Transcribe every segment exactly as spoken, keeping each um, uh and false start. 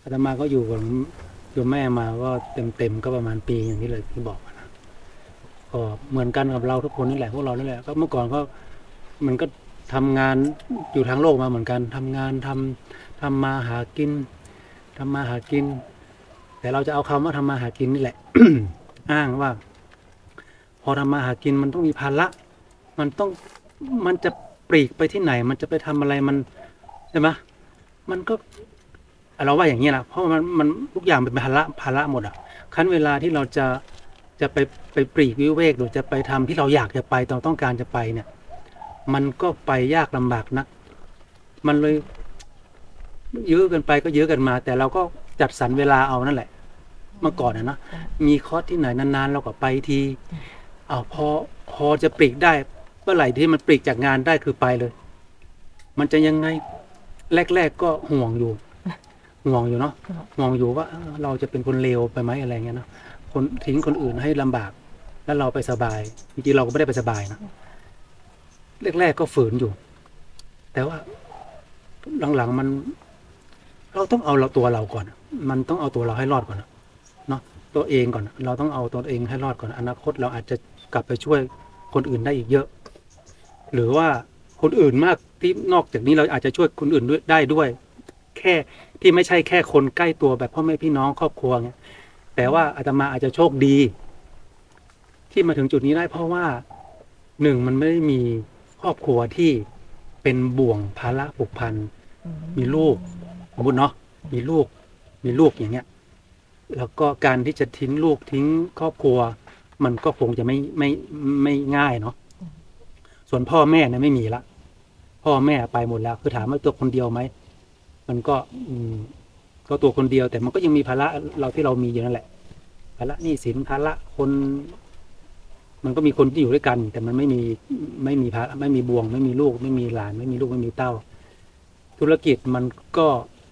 อาตมาก็อยู่กับโยมแม่มาก็เต็มๆก็ประมาณปีอย่างที่เลยที่บอกนะก็เหมือนกันกับเราทุกคนนี่แหละพวกเรานี่แหละก็เมื่อก่อนก็มันก็ทำงานอยู่ทางโลกมาเหมือนกันทำงานทำทำมาหากินทำมาหากิน แต่เราจะเอาคำว่าทำมาหากินนี่แหละ อ้างว่า พอทำมาหากินมันต้องมีภาระมันต้องมันจะปลีกไปที่ไหน มันจะไปทำอะไรมันใช่ไหมมันก็เราว่าอย่างนี้แหละเพราะมันมันทุกอย่างเป็นภาระภาระหมดอ่ะคั้นเวลาที่เราจะจะไปไปปลีกวิเวกหรือจะไปทำที่เราอยากจะไปเราต้องการจะไปเนี่ย มันก็ไปยากลำบากนักมันเลยยื้อกันไปก็ยื้อกันมา แต่เราก็จัดสรรเวลาเอานั่นแหละ เมื่อก่อนนะนะมีคอร์สที่ไหนนานๆเราก็ไปทีเอาพอพอจะปลีกได้เมื่อไหร่ที่มันปลีกจากงานได้คือไปเลย มันจะยังไงแรกๆก็ห่วงอยู่ห่วงอยู่เนาะห่วงอยู่ว่าเราจะเป็นคนเลวไปไหมอะไรเงี้ยเนาะคนทิ้งคนอื่นให้ลำบาก แล้วเราไปสบายจริงๆเราก็ไม่ได้ไปสบายนะแรกๆก็ฝืนอยู่ แต่ว่าหลังๆมัน เราต้องเอาเราตัวเราก่อนมันต้องเอาตัวเราให้รอดก่อนเนาะตัวเองก่อนเราต้องเอาตัวเองให้รอดก่อนอนาคตเราอาจจะกลับไปช่วยคนอื่นได้อีกเยอะ หรือว่าคนอื่นมากที่นอกจากนี้เราอาจจะช่วยคนอื่นด้วยได้ด้วย แค่ที่ไม่ใช่แค่คนใกล้ตัวแบบพ่อแม่พี่น้องครอบครัวเงี้ยแต่ว่าอาตมาอาจจะโชคดี ที่มาถึงจุดนี้ได้เพราะว่าหนึ่งมันไม่ได้มีครอบครัวที่เป็นบ่วงภาระผูกพันมีลูกสมมติเนาะมีลูกมีลูกอย่างเงี้ยแล้วก็การที่จะทิ้งลูกทิ้งครอบครัว มันก็คงจะไม่ไม่ไม่ง่ายเนาะส่วนพ่อแม่เนี่ยไม่มีละพ่อแม่ไปหมดแล้วคือถามว่าตัวคนเดียวไหมมันก็อืมก็ตัวคนเดียวแต่มันก็ยังมีภาระเราที่เรามีอยู่นั่นแหละภาระหนี้สินภาระคนมันก็มีคนที่อยู่ด้วยกัน แต่มันไม่มีไม่มีภาระไม่มีบ่วงไม่มีลูกไม่มีหลานไม่มีลูกไม่มีเต้าธุรกิจมันก็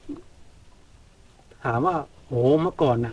ถามว่าโอ้เมื่อก่อนน่ะ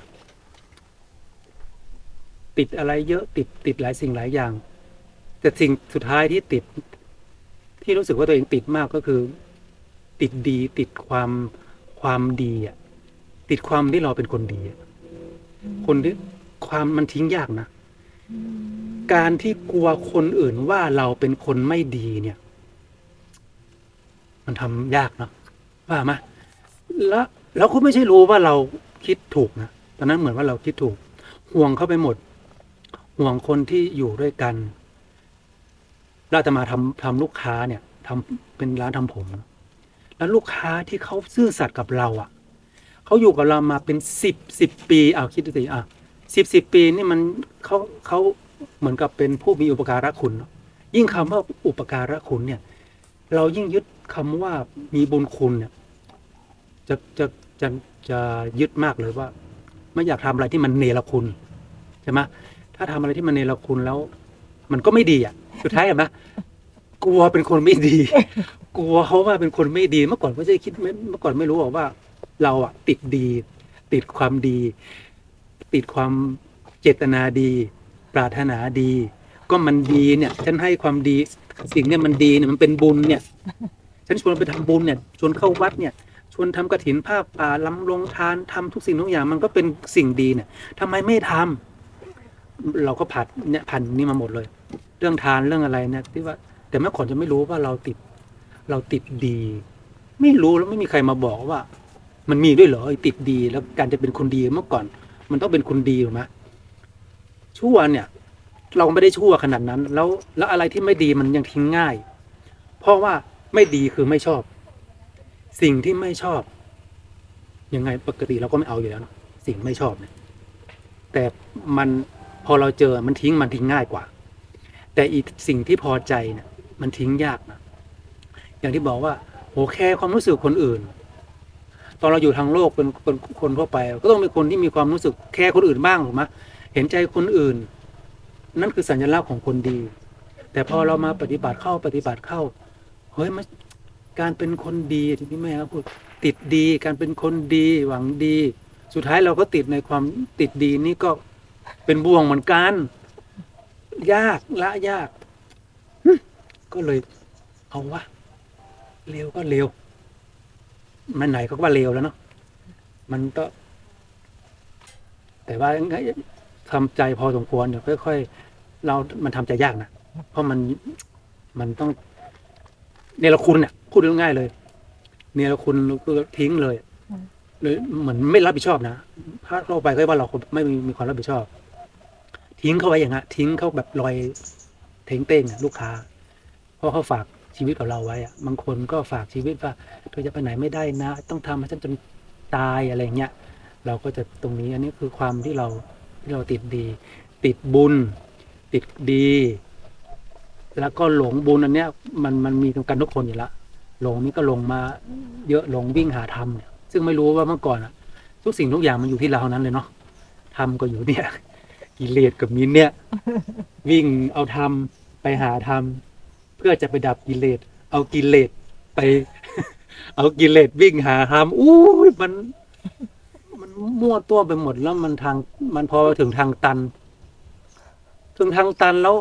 ติดอะไรเยอะติดติดหลายสิ่งหลายอย่าง แต่สิ่งสุดท้ายที่ติดที่รู้สึกว่าตัวเองติดมากก็คือ ติดดีติดความความดีอ่ะติดความที่เราเป็นคนดีคนที่ความมันทิ้งยากนะการที่กลัวคนอื่นว่าเราเป็นคนไม่ดีเนี่ย มันทำยากเนาะว่ามาแล้วเราก็ไม่ใช่รู้ว่าเราคิดถูกนะตอนนั้นเหมือนว่าเราคิดถูก ห่วงเข้าไปหมด ห่วงคนที่อยู่ด้วยกันเราจะมาทำทำลูกค้าเนี่ยทำเป็นร้านทำผมแล้วลูกค้าที่เขาซื่อสัตย์กับเราอ่ะเขาอยู่กับเรามาเป็นสิบสิบปีเอาคิดดูสิอ่ะสิบสิบปีนี่มันเขาเขาเหมือนกับเป็นผู้มีอุปการะคุณยิ่งคำว่าอุปการะคุณเนี่ย เรายิ่งยึดคำว่ามีบุญคุณเนี่ยจะจะจะจะยึดมากเลยว่า ไม่อยากทำอะไรที่มันเนรคุณใช่ไหมถ้าทำอะไรที่มันเนรคุณแล้ว มันก็ไม่ดีอ่ะสุดท้ายเห็นไหมกลัวเป็นคนไม่ดี กลัวเขาว่าเป็นคนไม่ดีเมื่อก่อนไม่ใช่คิดเมื่อก่อนไม่รู้หรอกว่า เราอ่ะติดดี ติดความดี ติดความเจตนาดี ปรารถนาดี ก็มันดีเนี่ย ฉันให้ความดี สิ่งเนี่ยมันดีเนี่ยมันเป็นบุญเนี่ย ฉันชวนไปทำบุญเนี่ยชวนเข้าวัดเนี่ยชวนทำกฐินผ้าป่าล้ำลงทานทำทุกสิ่งทุกอย่างมันก็เป็นสิ่งดีเนี่ยทำไมไม่ทำเราก็ผัดเนี่ยผ่านนี่มาหมดเลย เรื่องทานเรื่องอะไรเนี่ยที่ว่า แต่เมื่อก่อนจะไม่รู้ว่าเราติด เราติดดี ไม่รู้แล้วไม่มีใครมาบอกว่า มันมีด้วยเหรอไอ้ติดดีแล้วการจะเป็นคนดีเมื่อก่อน มันต้องเป็นคนดีถูกไหมชั่วเนี่ย เราไม่ได้ชั่วขนาดนั้น แล้วแล้วอะไรที่ไม่ดีมันยังทิ้งง่าย เพราะว่าไม่ดีคือไม่ชอบ สิ่งที่ไม่ชอบ ยังไงปกติเราก็ไม่เอาอยู่แล้วเนาะสิ่งไม่ชอบเนี่ย แต่มันพอเราเจอมันทิ้งมันทิ้งง่ายกว่า แต่อีกสิ่งที่พอใจเนี่ย มันทิ้งยากนะอย่างที่บอกว่าโหแค่ความรู้สึกคนอื่น ตอนเราอยู่ทางโลกเป็นเป็นคนทั่วไปก็ต้องเป็นคนที่มีความรู้สึกแค่คนอื่นบ้างถูกไหมเห็นใจคนอื่น นั่นคือสัญลักษณ์ของคนดี แต่พอเรามาปฏิบัติเข้าปฏิบัติเข้าเฮ้ยมันการเป็นคนดีที่พี่แม่เขาพูดติดดีการเป็นคนดีหวังดี สุดท้ายเราก็ติดในความติดดีนี่ก็เป็นบ่วงเหมือนกันยากละยากก็เลยเอาวะเร็วก็เร็วมันไหนก็ว่าเร็วแล้วเนาะมันก็ แต่ว่าทำใจพอสมควรเดี๋ยวค่อยๆเรา มันทำใจยากนะเพราะมันมันต้องเนรคุณเนี่ยพูดง่ายๆเลยเนรคุณก็ทิ้งเลยเลยเหมือนไม่รับผิดชอบนะถ้าเราไปก็ว่าเราไม่มีความรับผิดชอบ ทิ้งเขาไว้อย่างนั้นทิ้งเขาแบบลอยเท้งเต้งลูกค้าเพราะเขาฝากชีวิตกับเราไว้อะบางคนก็ฝากชีวิตว่าเธอจะไปไหนไม่ได้นะต้องทำให้ฉันจนตายอะไรเงี้ยเราก็จะตรงนี้อันนี้คือความที่เราที่เราติดดี ติดบุญ ติดดี แล้วก็หลงบุญอันเนี้ยมันมันมีกันทุกคนอยู่แล้วหลงนี้ก็หลงมาเยอะหลงวิ่งหาธรรมเนี่ยซึ่งไม่รู้ว่าเมื่อก่อนอะทุกสิ่งทุกอย่างมันอยู่ที่เรานั้นเลยเนาะธรรมก็อยู่เนี่ยกิเลสกับมินเนี่ย วิ่งเอาธรรมไปหาธรรมเพื่อจะไปดับกิเลสเอากิเลสไป เอากิเลสวิ่งหาธรรมอู้ยมัน มันมั่วตัวไปหมดแล้วมันทางมันพอถึงทางตัน ถึงทางตันแล้ว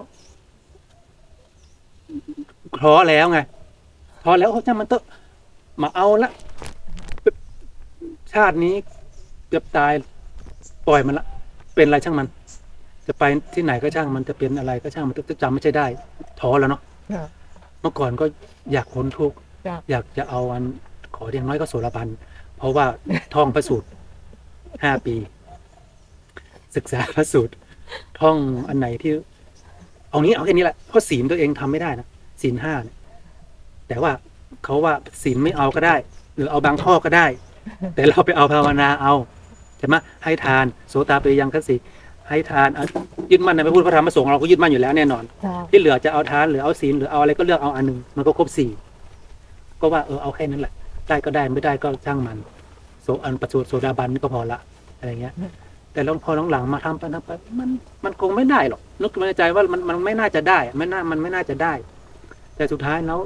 ท้อแล้วไงท้อแล้วเขาจะมันต้องมาเอาละชาตินี้เกือบตายปล่อยมันละเป็นอะไรช่างมัน จะไปที่ไหนก็ช่างมันจะเป็นอะไรก็ช่างมันจะจำไม่ใช่ได้ท้อแล้วเนาะเมื่อก่อนก็อยากพ้นทุกข์อยากจะเอาอันขออย่างน้อยก็โสดาบันเพราะว่าท่องพระสูตรห้าปี ศึกษาพระสูตรท่องอันไหนที่เอานี้เอาแค่นี้แหละเพราะศีลตัวเองทำไม่ได้นะศีลห้าเนี่ยแต่ว่าเขาว่าศีลไม่เอาก็ได้ หรือเอาบางข้อก็ได้ แต่เราไปเอาภาวนาเอาใช่ไหมให้ทานโสตาเปยังคัสสิให้ทานยึดมั่นในพระพุทธพระธรรมพระสงฆ์เราก็ยึดมั่นอยู่แล้วแน่นอนที่เหลือจะเอาทานหรือเอาศีลหรือเอาอะไรก็เลือกเอาอันหนึ่งมันก็ครบสี่ก็ว่าเออเอาแค่นั้นแหละได้ก็ได้ไม่ได้ก็ช่างมันโสอันประสูติโสดาบันก็พอละอะไรเงี้ยแต่ลองพอหลังๆมาทำไปทำไปมันมันคงไม่ได้หรอกนึกในใจว่ามันมันไม่น่าจะได้ไม่น่ามันไม่น่าจะได้แต่สุดท้ายแล้ว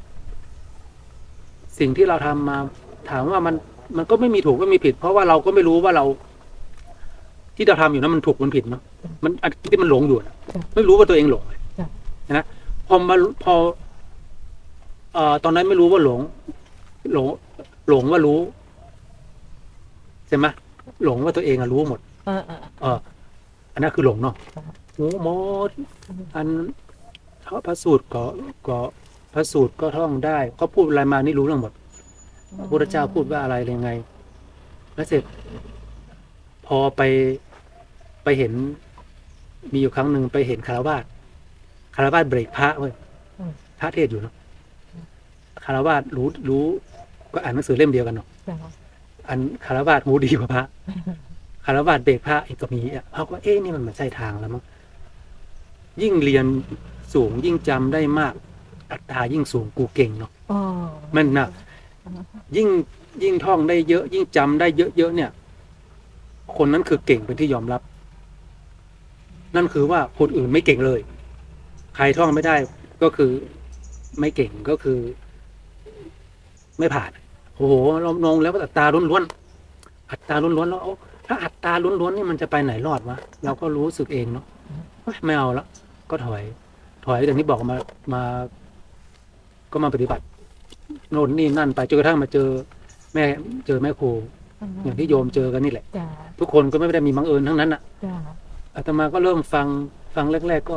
สิ่งที่เราทำมาถามว่ามันมันก็ไม่มีถูกไม่มีผิดเพราะว่าเราก็ไม่รู้ว่าเราที่เราทำอยู่นั้นมันถูกมันผิดเนาะมันอันที่มันหลงอยู่นะไม่รู้ว่าตัวเองหลงเลยนะพอมาพอเอ่อตอนนั้นไม่รู้ว่าหลงหลงหลงว่ารู้ใช่ไหมหลงว่าตัวเองอะรู้หมดเออเอออันนั้นคือหลงเนาะโอ้หมดอันพระสูตรก็ก็พระสูตรก็ท่องได้เขาพูดอะไรมานี่รู้เรื่องหมดพระพุทธเจ้าพูดว่าอะไรยังไงแล้วเสร็จพอไปไปเห็นมีอยู่ครั้งหนึ่งไปเห็นคารวาสคารวาสเบรกพระเว้ยพระเทศอยู่เนาะคารวาสรู้รู้ก็อ่านหนังสือเล่มเดียวกันเนาะอันคารวาสรู้ดีกว่าพระคารวาสเบรกพระอีกก็มีอ่ะเขาก็เอ๊ะนี่มันมันใช่ทางแล้วมั้งยิ่งเรียนสูงยิ่งจำได้มากอัตตายิ่งสูงกูเก่งเนาะมันนะยิ่งยิ่งท่องได้เยอะยิ่งจำได้เยอะๆเนี่ยคนนั้นคือเก่งเป็นที่ยอมรับนั่นคือว่าคนอื่นไม่เก่งเลยใครท่องไม่ได้ก็คือไม่เก่งก็คือไม่ผ่านโอ้โหเรานองแล้วอัตตาล้วนๆอัตตาล้วนๆแล้วถ้าอัตตาล้วนๆนี่มันจะไปไหนรอดวะเราก็รู้สึกเองเนาะไม่เอาแล้วก็ถอยถอยอย่างที่บอกมามาก็มาปฏิบัติโน่นนี่นั่นไปจนกระทั่งมาเจอแม่เจอแม่ครูอย่างที่โยมเจอกันนี่แหละทุกคนก็ไม่ได้มีบังเอิญทั้งนั้นอ่ะอาตมาก็เริ่มฟังฟังแรกๆก็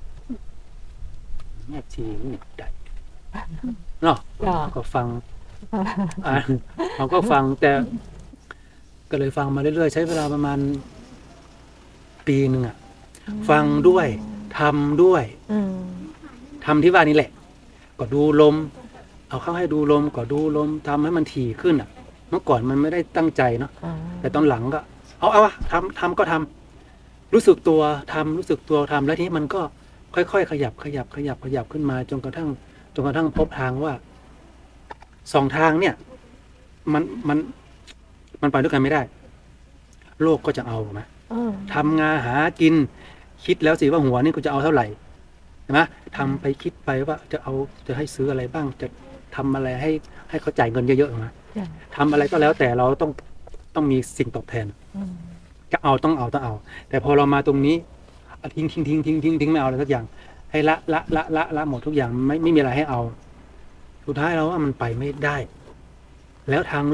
แม่ชีนี่ได้เนาะก็ฟังอ่าเราก็ฟังแต่ก็เลยฟังมาเรื่อยๆใช้เวลาประมาณปีหนึ่งอ่ะฟังด้วยทำด้วยทำที่ว่านี่แหละก็ดูลมเอาเข้าให้ดูลมก็ดูลมทำให้มันถี่ขึ้นอ่ะเมื่อก่อนมันไม่ได้ตั้งใจเนาะแต่ตอนหลังก็เอาเอาทำทำก็ทำรู้สึกตัวทำรู้สึกตัวทำแล้วทีนี้มันก็ค่อยๆขยับขยับขยับขยับขึ้นมาจนกระทั่งจนกระทั่งพบทางว่าสองทางเนี่ยมันมันมันไปด้วยกันไม่ได้โลกก็จะเอาไหมทำงานหากินคิดแล้วสิว่าหัวนี่กูจะเอาเท่าไหร่ใช่ไหมทำไปคิดไปว่าจะเอาจะให้ซื้ออะไรบ้างจะทำอะไรให้ให้เขาจ่ายเงินเยอะๆไหมทำอะไรก็แล้วแต่เราต้องต้องมีสิ่งตอบแทนจะเอาต้องเอาต้องเอาแต่พอเรามาตรงนี้ทิ้งทิ้งทิ้งทิ้งทิ้งทิ้งไม่เอาอะไรสักอย่างให้ละละละละละหมดทุกอย่างไม่ไม่มีอะไรให้เอาสุดท้ายเราว่ามันไปไม่ได้แล้วทางโลก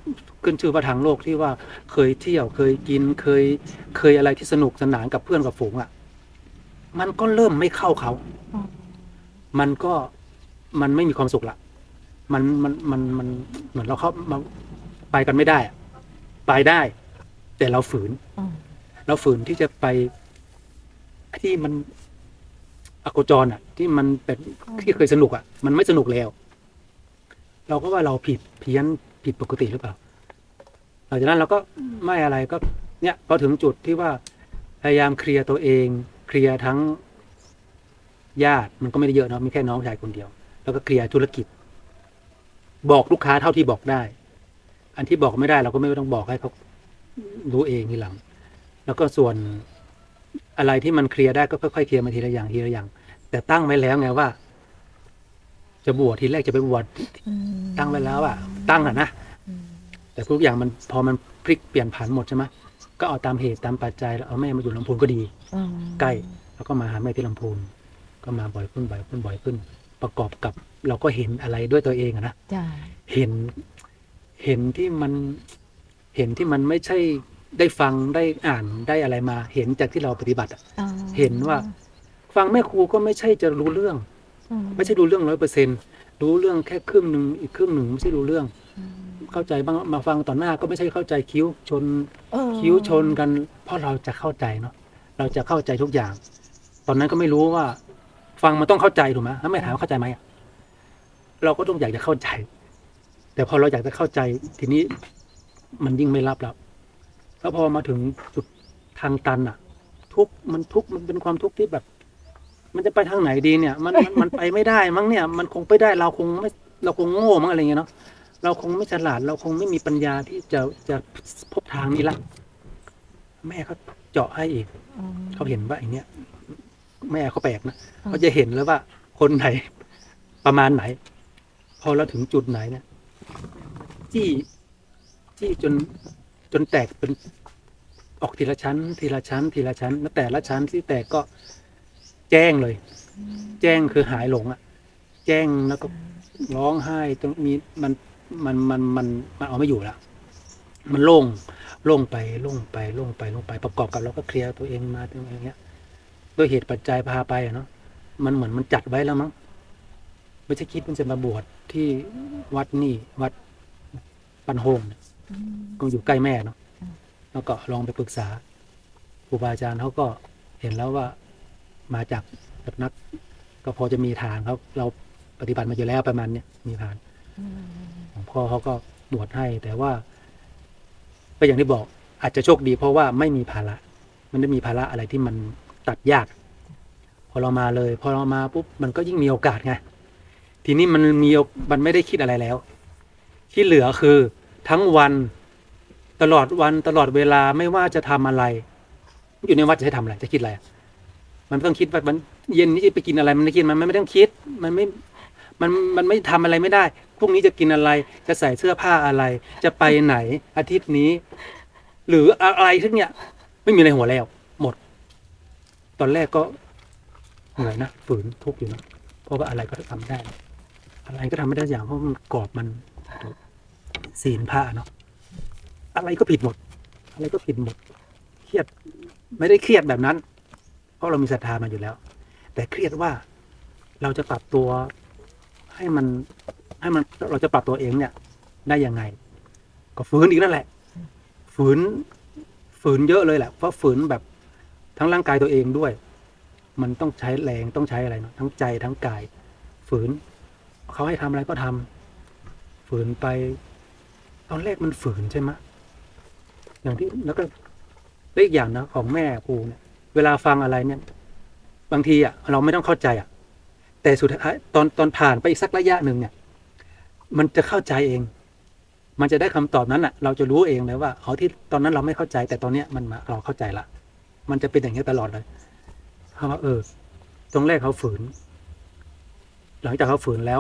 ขึ้นชื่อว่าทางโลกที่ว่าเคยเที่ยวเคยกินเคยเคยอะไรที่สนุกสนานกับเพื่อนกับฝูงอ่ะมันก็เริ่มไม่เข้าเขาอ๋อมันก็มันไม่มีความสุขละมันมันมันมันเหมือนเราเข้ามาไปกันไม่ได้อะไปได้ แต่เราฝืนอ๋อเราฝืนที่จะไปที่มันอโคจรอ่ะ ที่มันเป็นที่เคยสนุกอ่ะ มันไม่สนุกแล้ว เราก็ว่าเราผิดเพี้ยนผิดปกติหรือเปล่าหลังจากนั้นเราก็ไม่อะไรก็ เนี่ยพอถึงจุดที่ว่าพยายามเคลียร์ตัวเอง เคลียร์ทั้งญาติมันก็ไม่ได้เยอะเนาะมีแค่น้องชายคนเดียว แล้วก็เคลียร์ธุรกิจ บอกลูกค้าเท่าที่บอกได้ อันที่บอกไม่ได้เราก็ไม่ต้องบอกให้เขารู้เองทีหลัง แล้วก็ส่วนอะไรที่มันเคลียร์ได้ก็ค่อยๆเคลียร์มาทีละอย่างทีละอย่าง แต่ตั้งไว้แล้วไงว่า จะบวชทีแรกจะไปบวชอืมตั้งไว้แล้วอะตั้งอะนะอืมแต่ทุกอย่างมันพอมันพลิกเปลี่ยนผันหมดใช่ไหมก็เอาตามเหตุตามปัจจัยแล้วเอาแม่มาอยู่ลำพูนก็ดีอ๋อใกล้ แล้วก็มาหาแม่ที่ลำพูนก็มาบ่อยขึ้นบ่อยขึ้นบ่อยขึ้น ประกอบกับเราก็เห็นอะไรด้วยตัวเองอะนะจ้ะเห็นเห็นที่มันเห็นที่มันไม่ใช่ได้ฟังได้อ่านได้อะไรมา เห็นจากที่เราปฏิบัติอะอ๋อเห็นว่า ฟังแม่ครูก็ไม่ใช่จะรู้เรื่องอืมไม่ใช่รู้เรื่องร้อยเปอร์เซ็นรู้เรื่องแค่ครึ่งหนึ่งอีกครึ่งหนึ่งไม่ใช่รู้เรื่องอืมเข้าใจบ้างมาฟังต่อหน้าก็ไม่ใช่เข้าใจคิ้วชนเออคิ้วชนกัน เพราะเราจะเข้าใจเนาะเราจะเข้าใจทุกอย่าง ตอนนั้นก็ไม่รู้ว่า ฟังมันต้องเข้าใจถูกไหมถ้าไม่ถามว่าเข้าใจไหมอะเราก็ต้องอยากจะเข้าใจ แต่พอเราอยากจะเข้าใจ ทีนี้มันยิ่งไม่รับแล้วแล้วพอมาถึงจุดทางตันอะทุกข์มันทุกข์มันเป็นความทุกข์ที่แบบ มันจะไปทางไหนดีเนี่ย มันมันมันไปไม่ได้มั้งเนี่ย มันคงไปได้เราคงไม่เราคงโง่มั้งอะไรเงี้ยเนาะเราคงไม่ฉลาด เราคงไม่มีปัญญาที่จะจะพบทางนี้ละแม่เขาเจาะให้อีกอ๋อเขาเห็นว่าอย่างเนี้ยแม่เขาแปลกนะเขาจะเห็นแล้วว่าคนไหนประมาณไหน พอเราถึงจุดไหนเนี่ยจี้จี้จนจนแตกเป็นออกทีละชั้น ทีละชั้น ทีละชั้นแล้วแต่ละชั้นที่แตกก็แจ้งเลย แจ้งคือหายหลงอะแจ้งแล้วก็ร้องไห้ตรงมีมันมันมันมันมันเอาไม่อยู่ละมันโล่งโล่งไปโล่งไปโล่งไปโล่งไปประกอบกับเราก็เคลียร์ตัวเองมาตรงอย่างเงี้ยด้วยเหตุปัจจัยพาไปอะเนาะมันเหมือนมันจัดไว้แล้วมั้งไม่ใช่คิดมันจะมาบวชที่วัดนี่วัดปันโฮงเนี่ยอืมก็อยู่ใกล้แม่เนาะอืมแล้วก็ลองไปปรึกษาครูบาอาจารย์เขาก็เห็นแล้วว่ามาจากสำนัก ก็พอจะมีฐานเขาเราปฏิบัติมาอยู่แล้วประมาณเนี้ยมีฐานอืมหลวงพ่อเขาก็บวชให้ แต่ว่าก็อย่างที่บอก อาจจะโชคดี เพราะว่าไม่มีภาระมันไม่มีภาระอะไรที่มันตัดยาก พอเรามาเลย พอเรามาปุ๊บมันก็ยิ่งมีโอกาสไงทีนี้มันมีมันไม่ได้คิดอะไรแล้ว ที่เหลือคือทั้งวันตลอดวันตลอดเวลาไม่ว่าจะทำอะไร อยู่ในวัดจะให้ทำอะไรจะคิดอะไรมันไม่ต้องคิดว่ามันเย็นนี้จะไปกินอะไรมันไม่คิดมันไม่ต้องคิด มันไม่มันมันไม่ทำอะไรไม่ได้พรุ่งนี้จะกินอะไร จะใส่เสื้อผ้าอะไร จะไปไหนอาทิตย์นี้ หรืออะไรทั้งเนี้ยไม่มีในหัวแล้ว หมด ตอนแรกก็เหนื่อยนะฝืนทุกข์อยู่นะเพราะว่าอะไรก็ทำไม่ได้ อะไรก็ทำไม่ได้อย่างเพราะมันกรอบมันศีลพระเนาะอะไรก็ผิดหมด อะไรก็ผิดหมด เครียดไม่ได้เครียดแบบนั้น เพราะเรามีศรัทธามาอยู่แล้ว แต่เครียดว่าเราจะปรับตัวให้มัน ให้มันเราจะปรับตัวเองเนี่ย ได้ยังไง ก็ฝืนอีกนั่นแหละ ฝืน ฝืนเยอะเลยแหละ เพราะฝืนแบบทั้งร่างกายตัวเองด้วย มันต้องใช้แรงต้องใช้อะไรเนาะทั้งใจทั้งกาย ฝืนเขาให้ทำอะไรก็ทำฝืนไป ตอนแรกมันฝืนใช่ไหมอย่างที่แล้วก็และอีกอย่างนะของแม่ครูเนี่ย เวลาฟังอะไรเนี่ย บางทีอ่ะ เราไม่ต้องเข้าใจอ่ะ แต่สุดท้ายตอนตอนผ่านไปอีกสักระยะหนึ่งเนี่ย มันจะเข้าใจเอง มันจะได้คำตอบนั้นอ่ะ เราจะรู้เองเลยว่าอ๋อที่ตอนนั้นเราไม่เข้าใจ แต่ตอนเนี้ยมันมาเราเข้าใจละมันจะเป็นอย่างนี้ตลอดเลยเพราะว่าเออ ตรงแรกเขาฝืน หลังจากเขาฝืนแล้ว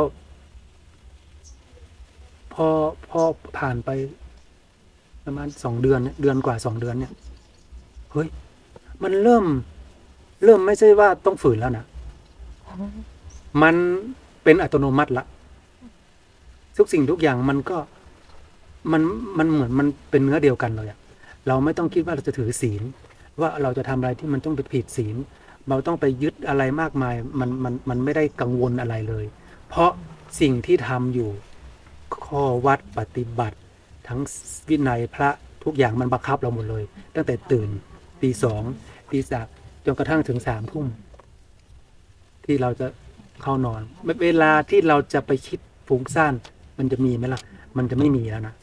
พอพอผ่านไปประมาณสองเดือนเนี่ยเดือนกว่าสองเดือนเนี่ยเฮ้ยมันเริ่ม เริ่มไม่ใช่ว่าต้องฝืนแล้วนะมันเป็นอัตโนมัติละทุกสิ่งทุกอย่างมันก็มันมันเหมือนมันเป็นเนื้อเดียวกันเลยอะเราไม่ต้องคิดว่าเราจะถือศีลว่าเราจะทำอะไรที่มันต้องไปผิดศีลเราต้องไปยึดอะไรมากมายมันมันมันไม่ได้กังวลอะไรเลย เพราะสิ่งที่ทำอยู่ข้อวัดปฏิบัติทั้งวินัยพระทุกอย่างมันบังคับเราหมดเลย ตั้งแต่ตื่นตีสองตีสามจนกระทั่งถึงสามทุ่มที่เราจะเข้านอนเวลาที่เราจะไปคิดฟุ้งซ่านมันจะมีไหมล่ะมันจะไม่มีแล้วนะ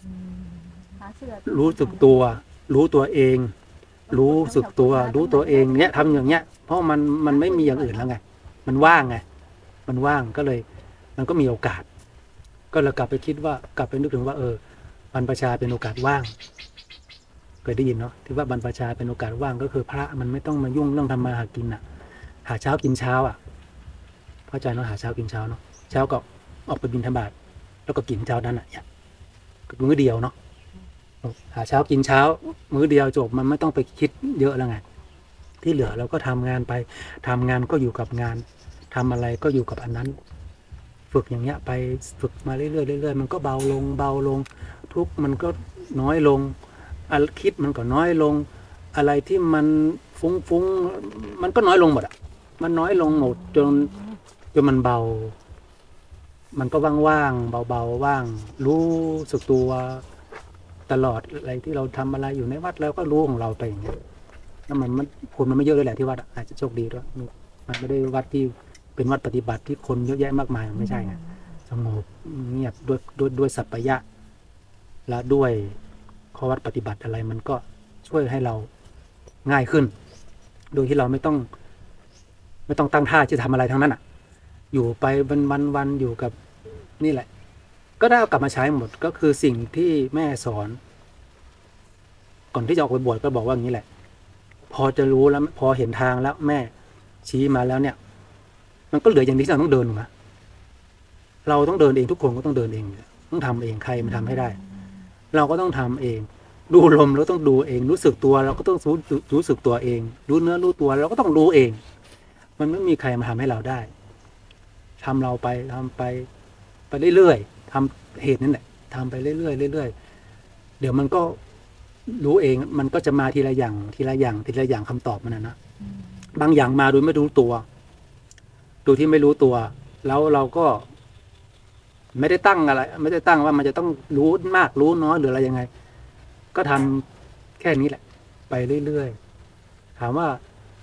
รู้สึกตัวรู้ตัวเอง รู้สึกตัวรู้ตัวเองเนี้ยทำอย่างเนี้ยเพราะมันมันไม่มีอย่างอื่นแล้วไงมันว่างไงมันว่างก็เลยมันก็มีโอกาส ก็เลยกลับไปคิดว่ากลับไปนึกถึงว่าเออบรรพชาเป็นโอกาสว่างเคยได้ยินเนาะที่ว่าบรรพชาเป็นโอกาสว่างก็คือพระมันไม่ต้องมายุ่งเรื่องทำมาหากินอ่ะ หาเช้ากินเช้าอ่ะเข้าใจเนาะหาเช้ากินเช้าเนาะเช้าก็ออกไปบิณฑบาตแล้วก็กินเช้านั้นอ่ะเนี่ยมื้อเดียวเนาะหาเช้ากินเช้ามื้อเดียวจบมันไม่ต้องไปคิดเยอะแล้วไงที่เหลือเราก็ทำงานไปทำงานก็อยู่กับงานทำอะไรก็อยู่กับอันนั้นฝึกอย่างเงี้ยไปฝึกมาเรื่อยๆเรื่อยๆมันก็เบาลงเบาลงทุกมันก็น้อยลงอคิดมันก็น้อยลงอะไรที่มันฟุ้งๆมันก็น้อยลงหมดอ่ะมันน้อยลงหมดจนจนมันเบามันก็ว่างๆเบาๆว่างรู้สึกตัวตลอดอะไรที่เราทำอะไรอยู่ในวัดแล้วก็รู้ของเราไปอย่างเงี้ยแล้วมันมันคนมันไม่เยอะเลยแหละที่วัดอาจจะโชคดีด้วยมันไม่ได้วัดที่เป็นวัดปฏิบัติที่คนเยอะแยะมากมายไม่ใช่ไงสงบเงียบด้วยด้วยด้วยสัพพยะและด้วยข้อวัดปฏิบัติอะไรมันก็ช่วยให้เราง่ายขึ้นโดยที่เราไม่ต้องไม่ต้องตั้งท่าจะทำอะไรทั้งนั้นอ่ะอยู่ไปวันวันวันอยู่กับนี่แหละก็ได้เอากลับมาใช้หมดก็คือสิ่งที่แม่สอนก่อนที่จะออกไปบวชก็บอกว่าอย่างนี้แหละพอจะรู้แล้วพอเห็นทางแล้วแม่ชี้มาแล้วเนี่ยมันก็เหลืออย่างที่เราต้องเดินมาเราต้องเดินเองทุกคนก็ต้องเดินเองต้องทำเองใครมันทำให้ได้เราก็ต้องทำเองดูลมเราต้องดูเองรู้สึกตัวเราก็ต้องรู้รู้สึกตัวเองรู้เนื้อรู้ตัวเราก็ต้องรู้เองมันไม่มีใครมาทำให้เราได้ทำเราไปทำไปไปเรื่อยๆทำเหตุนั่นแหละทำไปเรื่อยๆเรื่อยๆเดี๋ยวมันก็รู้เองมันก็จะมาทีละอย่างทีละอย่างทีละอย่างคำตอบมันนะนะบางอย่างมาโดยไม่รู้ตัวโดยที่ไม่รู้ตัวแล้วเราก็ไม่ได้ตั้งอะไรไม่ได้ตั้งว่ามันจะต้องรู้มากรู้น้อยหรืออะไรยังไงก็ทำแค่นี้แหละไปเรื่อยๆถามว่า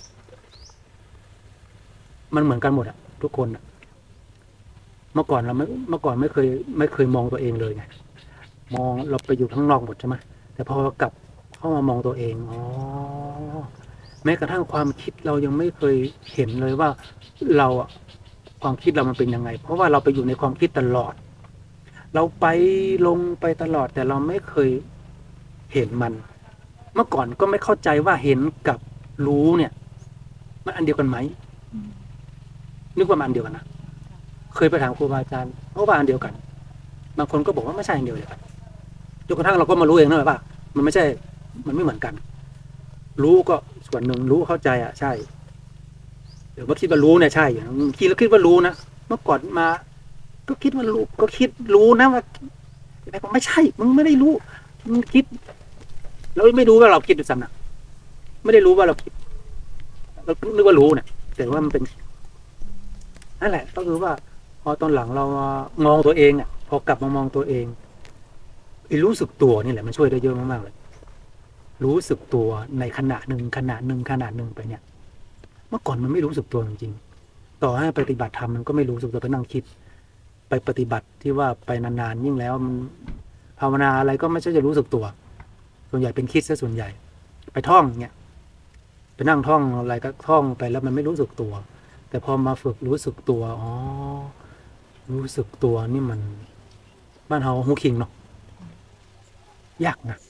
มันเหมือนกันหมดอะทุกคนอะเมื่อก่อนเราไม่เมื่อก่อนไม่เคยไม่เคยมองตัวเองเลยไงมองเราไปอยู่ข้างนอกหมดใช่ไหมแต่พอกลับเข้ามามองตัวเองอ๋อแม้กระทั่งความคิดเรายังไม่เคยเห็นเลยว่าเราอะความคิดเรามันเป็นยังไงเพราะว่าเราไปอยู่ในความคิดตลอดเราไปลงไปตลอดแต่เราไม่เคยเห็นมันเมื่อก่อนก็ไม่เข้าใจว่าเห็นกับรู้เนี่ยมันอันเดียวกันไหมนึกว่ามันอันเดียวกันนะเคยไปถามครูบาอาจารย์เขาว่าอันเดียวกันบางคนก็บอกว่าไม่ใช่อันเดียวกันจนกระทั่งเราก็มารู้เองนะว่ามันไม่ใช่มันไม่เหมือนกันรู้ก็ส่วนหนึ่งรู้เข้าใจอ่ะใช่เดี๋ยวมาคิดว่ารู้เนี่ยใช่คิดแล้วคิดว่ารู้นะเมื่อก่อนมาก็คิดว่ารู้ก็คิดรู้นะว่าแต่ผมไม่ใช่มึงไม่ได้รู้มึงคิดเราไม่รู้ว่าเราคิดด้วยซ้ำนะไม่ได้รู้ว่าเราคิดเรานึกว่ารู้เนี่ยแต่ว่ามันเป็นนั่นแหละก็คือว่าพอตอนหลังเรามองตัวเองเนี่ยพอกลับมามองตัวเองไอ้รู้สึกตัวนี่แหละมันช่วยได้เยอะมากๆเลยรู้สึกตัวในขณะหนึ่งขณะหนึ่งขณะหนึ่งไปเนี่ยเมื่อก่อนมันไม่รู้สึกตัวจริงๆต่อให้ปฏิบัติธรรมมันก็ไม่รู้สึกตัวไปนั่งคิดไปปฏิบัติที่ว่าไปนานๆยิ่งแล้วมันภาวนาอะไรก็ไม่ใช่จะรู้สึกตัวส่วนใหญ่เป็นคิดซะส่วนใหญ่ไปท่องเนี่ยไปนั่งท่องอะไรก็ท่องไปแล้วมันไม่รู้สึกตัวแต่พอมาฝึกรู้สึกตัวอ๋อรู้สึกตัวนี่มันบ้านเฮาหูคิงเนาะยากนะ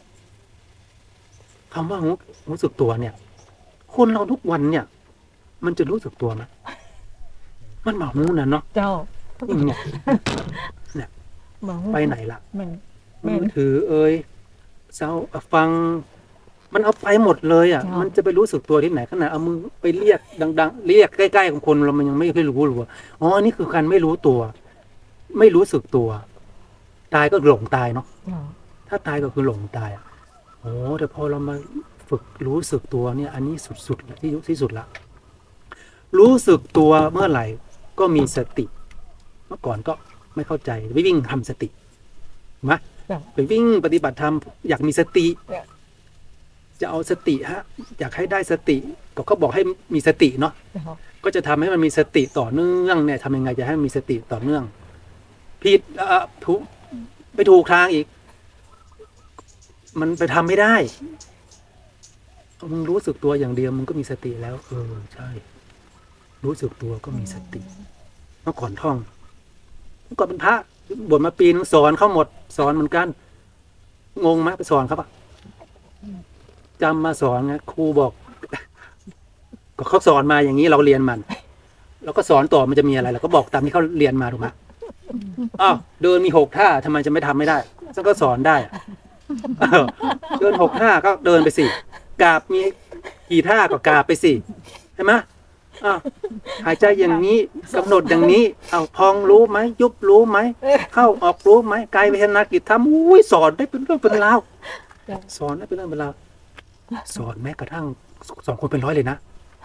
คำว่าหูรู้สึกตัวเนี่ยคนเราทุกวันเนี่ยมันจะรู้สึกตัวไหมมันหมาหูนะเนาะเจ้าอย่างเนี่ยเนี่ยไปไหนล่ะมือถือเอ่ยเซาฟังมันเอาไปหมดเลยอ่ะมันจะไปรู้สึกตัวที่ไหนขนาดเอามือไปเรียกดังๆเรียกใกล้ๆของคนเรามันยังไม่เคยรู้หรือว่าอ๋อนี่คือการไม่รู้ตัวไม่รู้สึกตัวตายก็หลงตายเนาะจ้ะถ้าตายก็คือหลงตายอ่ะโอ้แต่พอเรามาฝึกรู้สึกตัวเนี่ย อันนี้สุดๆที่ที่สุดละรู้สึกตัวเมื่อไหร่ก็มีสติ เมื่อก่อนก็ไม่เข้าใจไปวิ่งทำสติมะจ้ะไปวิ่งปฏิบัติธรรมอยากมีสติจ้ะจะเอาสติฮะ อยากให้ได้สติก็เขาบอกให้มีสติเนาะจ้ะก็จะทำให้มันมีสติต่อเนื่องเนี่ยทำยังไงจะให้มันมีสติต่อเนื่องผิดเอ่อถูกไปถูกทางอีก มันไปทำไม่ได้มึงรู้สึกตัวอย่างเดียวมึงก็มีสติแล้ว เออใช่ รู้สึกตัวก็มีสติ เมื่อก่อนท่องเมื่อก่อนเป็นพระบวชมาปีนึงสอนเขาหมด สอนเหมือนกัน งงไหมไปสอนเขาปะจำมาสอนไงครูบอก ก็เขาสอนมาอย่างนี้เราเรียนมัน แล้วก็สอนต่อมันจะมีอะไรเราก็บอกตามที่เขาเรียนมาถูกไหมอ้าวเดินมีหกท่าทำไมจะไม่ทำไม่ได้ฉันก็สอนได้อะเออเดินหกท่าก็เดินไปสิกราบมีกี่ท่าก็กราบไปสิใช่ไหมอ้าวหายใจอย่างนี้กำหนดอย่างนี้เอาพองรู้ไหมยุบรู้ไหมเข้าออกรู้ไหมกายเวทนาจิตธรรมอุ้ยสอนได้เป็นเรื่องเป็นราวจ้ะสอนได้เป็นเรื่องเป็นราวสอนแม้กระทั่งสอนคนเป็นร้อยเลยนะ